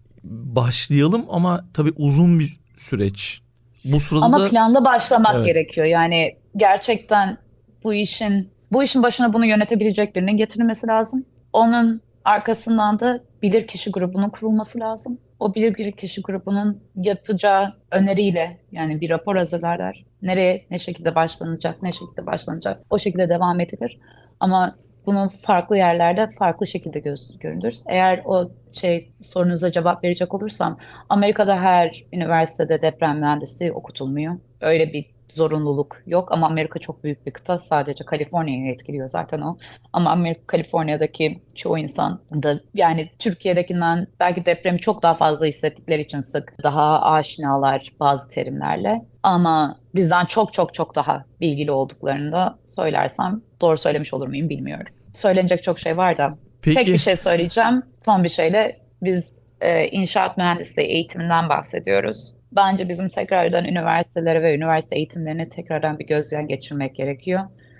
başlayalım ama tabii uzun bir süreç. Bu sırada Ama da planlı başlamak evet, gerekiyor. Yani gerçekten bu işin bu işin başına bunu yönetebilecek birinin getirilmesi lazım. Onun arkasından da bilirkişi grubunun kurulması lazım. O bilirkişi grubunun yapacağı öneriyle, yani bir rapor hazırlarlar. Nereye, ne şekilde başlanacak, ne şekilde başlanacak, o şekilde devam edilir. Ama bunun farklı yerlerde farklı şekilde göz, görülür. Eğer o şey sorunuza cevap verecek olursam, Amerika'da her üniversitede deprem mühendisliği okutulmuyor. Öyle bir zorunluluk yok ama Amerika çok büyük bir kıta. Sadece Kaliforniya'yı etkiliyor zaten o. Ama Amerika, Kaliforniya'daki çoğu insan da yani Türkiye'dekinden belki depremi çok daha fazla hissettikleri için sık daha aşinalar bazı terimlerle. Ama bizden çok çok çok daha bilgili olduklarını da söylersem doğru söylemiş olur muyum bilmiyorum. Söylenecek çok şey var da. Tek peki bir şey söyleyeceğim. Son bir şeyle, biz e, inşaat mühendisliği eğitiminden bahsediyoruz. Bence bizim tekrardan üniversitelere ve üniversite eğitimlerine tekrardan bir gözden geçirmek gerekiyor.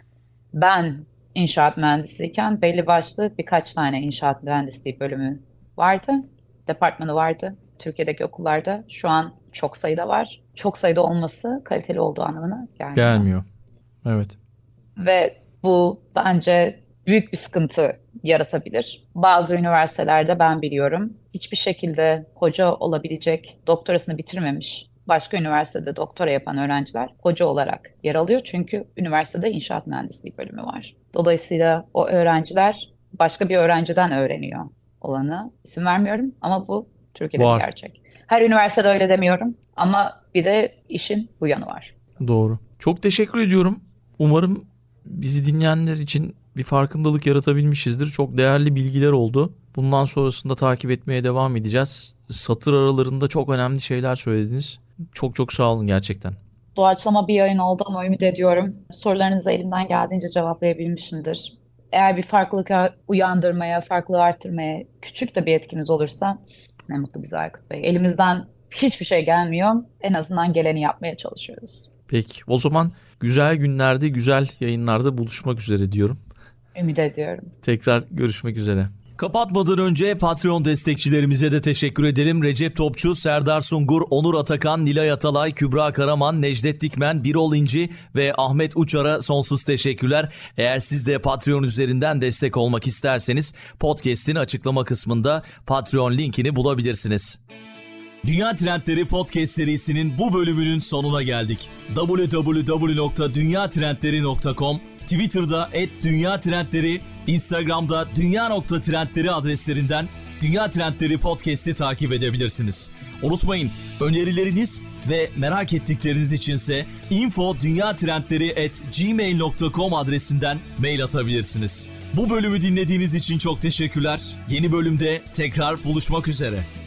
Ben inşaat mühendisiyken belli başlı birkaç tane inşaat mühendisliği bölümü vardı. Departmanı vardı Türkiye'deki okullarda. Şu an çok sayıda var. Çok sayıda olması kaliteli olduğu anlamına gelmiyor. gelmiyor. Evet. Ve bu bence büyük bir sıkıntı yaratabilir. Bazı üniversitelerde ben biliyorum hiçbir şekilde hoca olabilecek, doktorasını bitirmemiş, başka üniversitede doktora yapan öğrenciler hoca olarak yer alıyor. Çünkü üniversitede inşaat mühendisliği bölümü var. Dolayısıyla o öğrenciler başka bir öğrenciden öğreniyor olanı. İsim vermiyorum ama bu Türkiye'de bir Var. gerçek. Her üniversitede öyle demiyorum ama bir de işin bu yanı var. Doğru. Çok teşekkür ediyorum. Umarım bizi dinleyenler için bir farkındalık yaratabilmişizdir. Çok değerli bilgiler oldu. Bundan sonrasında takip etmeye devam edeceğiz. Satır aralarında çok önemli şeyler söylediniz. Çok çok sağ olun gerçekten. Doğaçlama bir yayın oldu ama ümit ediyorum sorularınızı elimden geldiğince cevaplayabilmişimdir. Eğer bir farklılık uyandırmaya, farklılığı arttırmaya küçük de bir etkimiz olursa ne mutlu bize Aykut Bey. Elimizden hiçbir şey gelmiyor. En azından geleni yapmaya çalışıyoruz. Peki o zaman güzel günlerde, güzel yayınlarda buluşmak üzere diyorum. Ümit ediyorum. Tekrar görüşmek üzere. Kapatmadan önce Patreon destekçilerimize de teşekkür edelim. Recep Topçu, Serdar Sungur, Onur Atakan, Nilay Atalay, Kübra Karaman, Necdet Dikmen, Birol İnci ve Ahmet Uçar'a sonsuz teşekkürler. Eğer siz de Patreon üzerinden destek olmak isterseniz podcast'in açıklama kısmında Patreon linkini bulabilirsiniz. Dünya Trendleri Podcast serisinin bu bölümünün sonuna geldik. double-u double-u double-u nokta dünya trendleri nokta com, Twitter'da et dünya trendleri, Instagram'da dünya nokta trendleri adreslerinden Dünya Trendleri Podcast'i takip edebilirsiniz. Unutmayın, önerileriniz ve merak ettikleriniz içinse info dünya trendleri at gmail nokta com adresinden mail atabilirsiniz. Bu bölümü dinlediğiniz için çok teşekkürler. Yeni bölümde tekrar buluşmak üzere.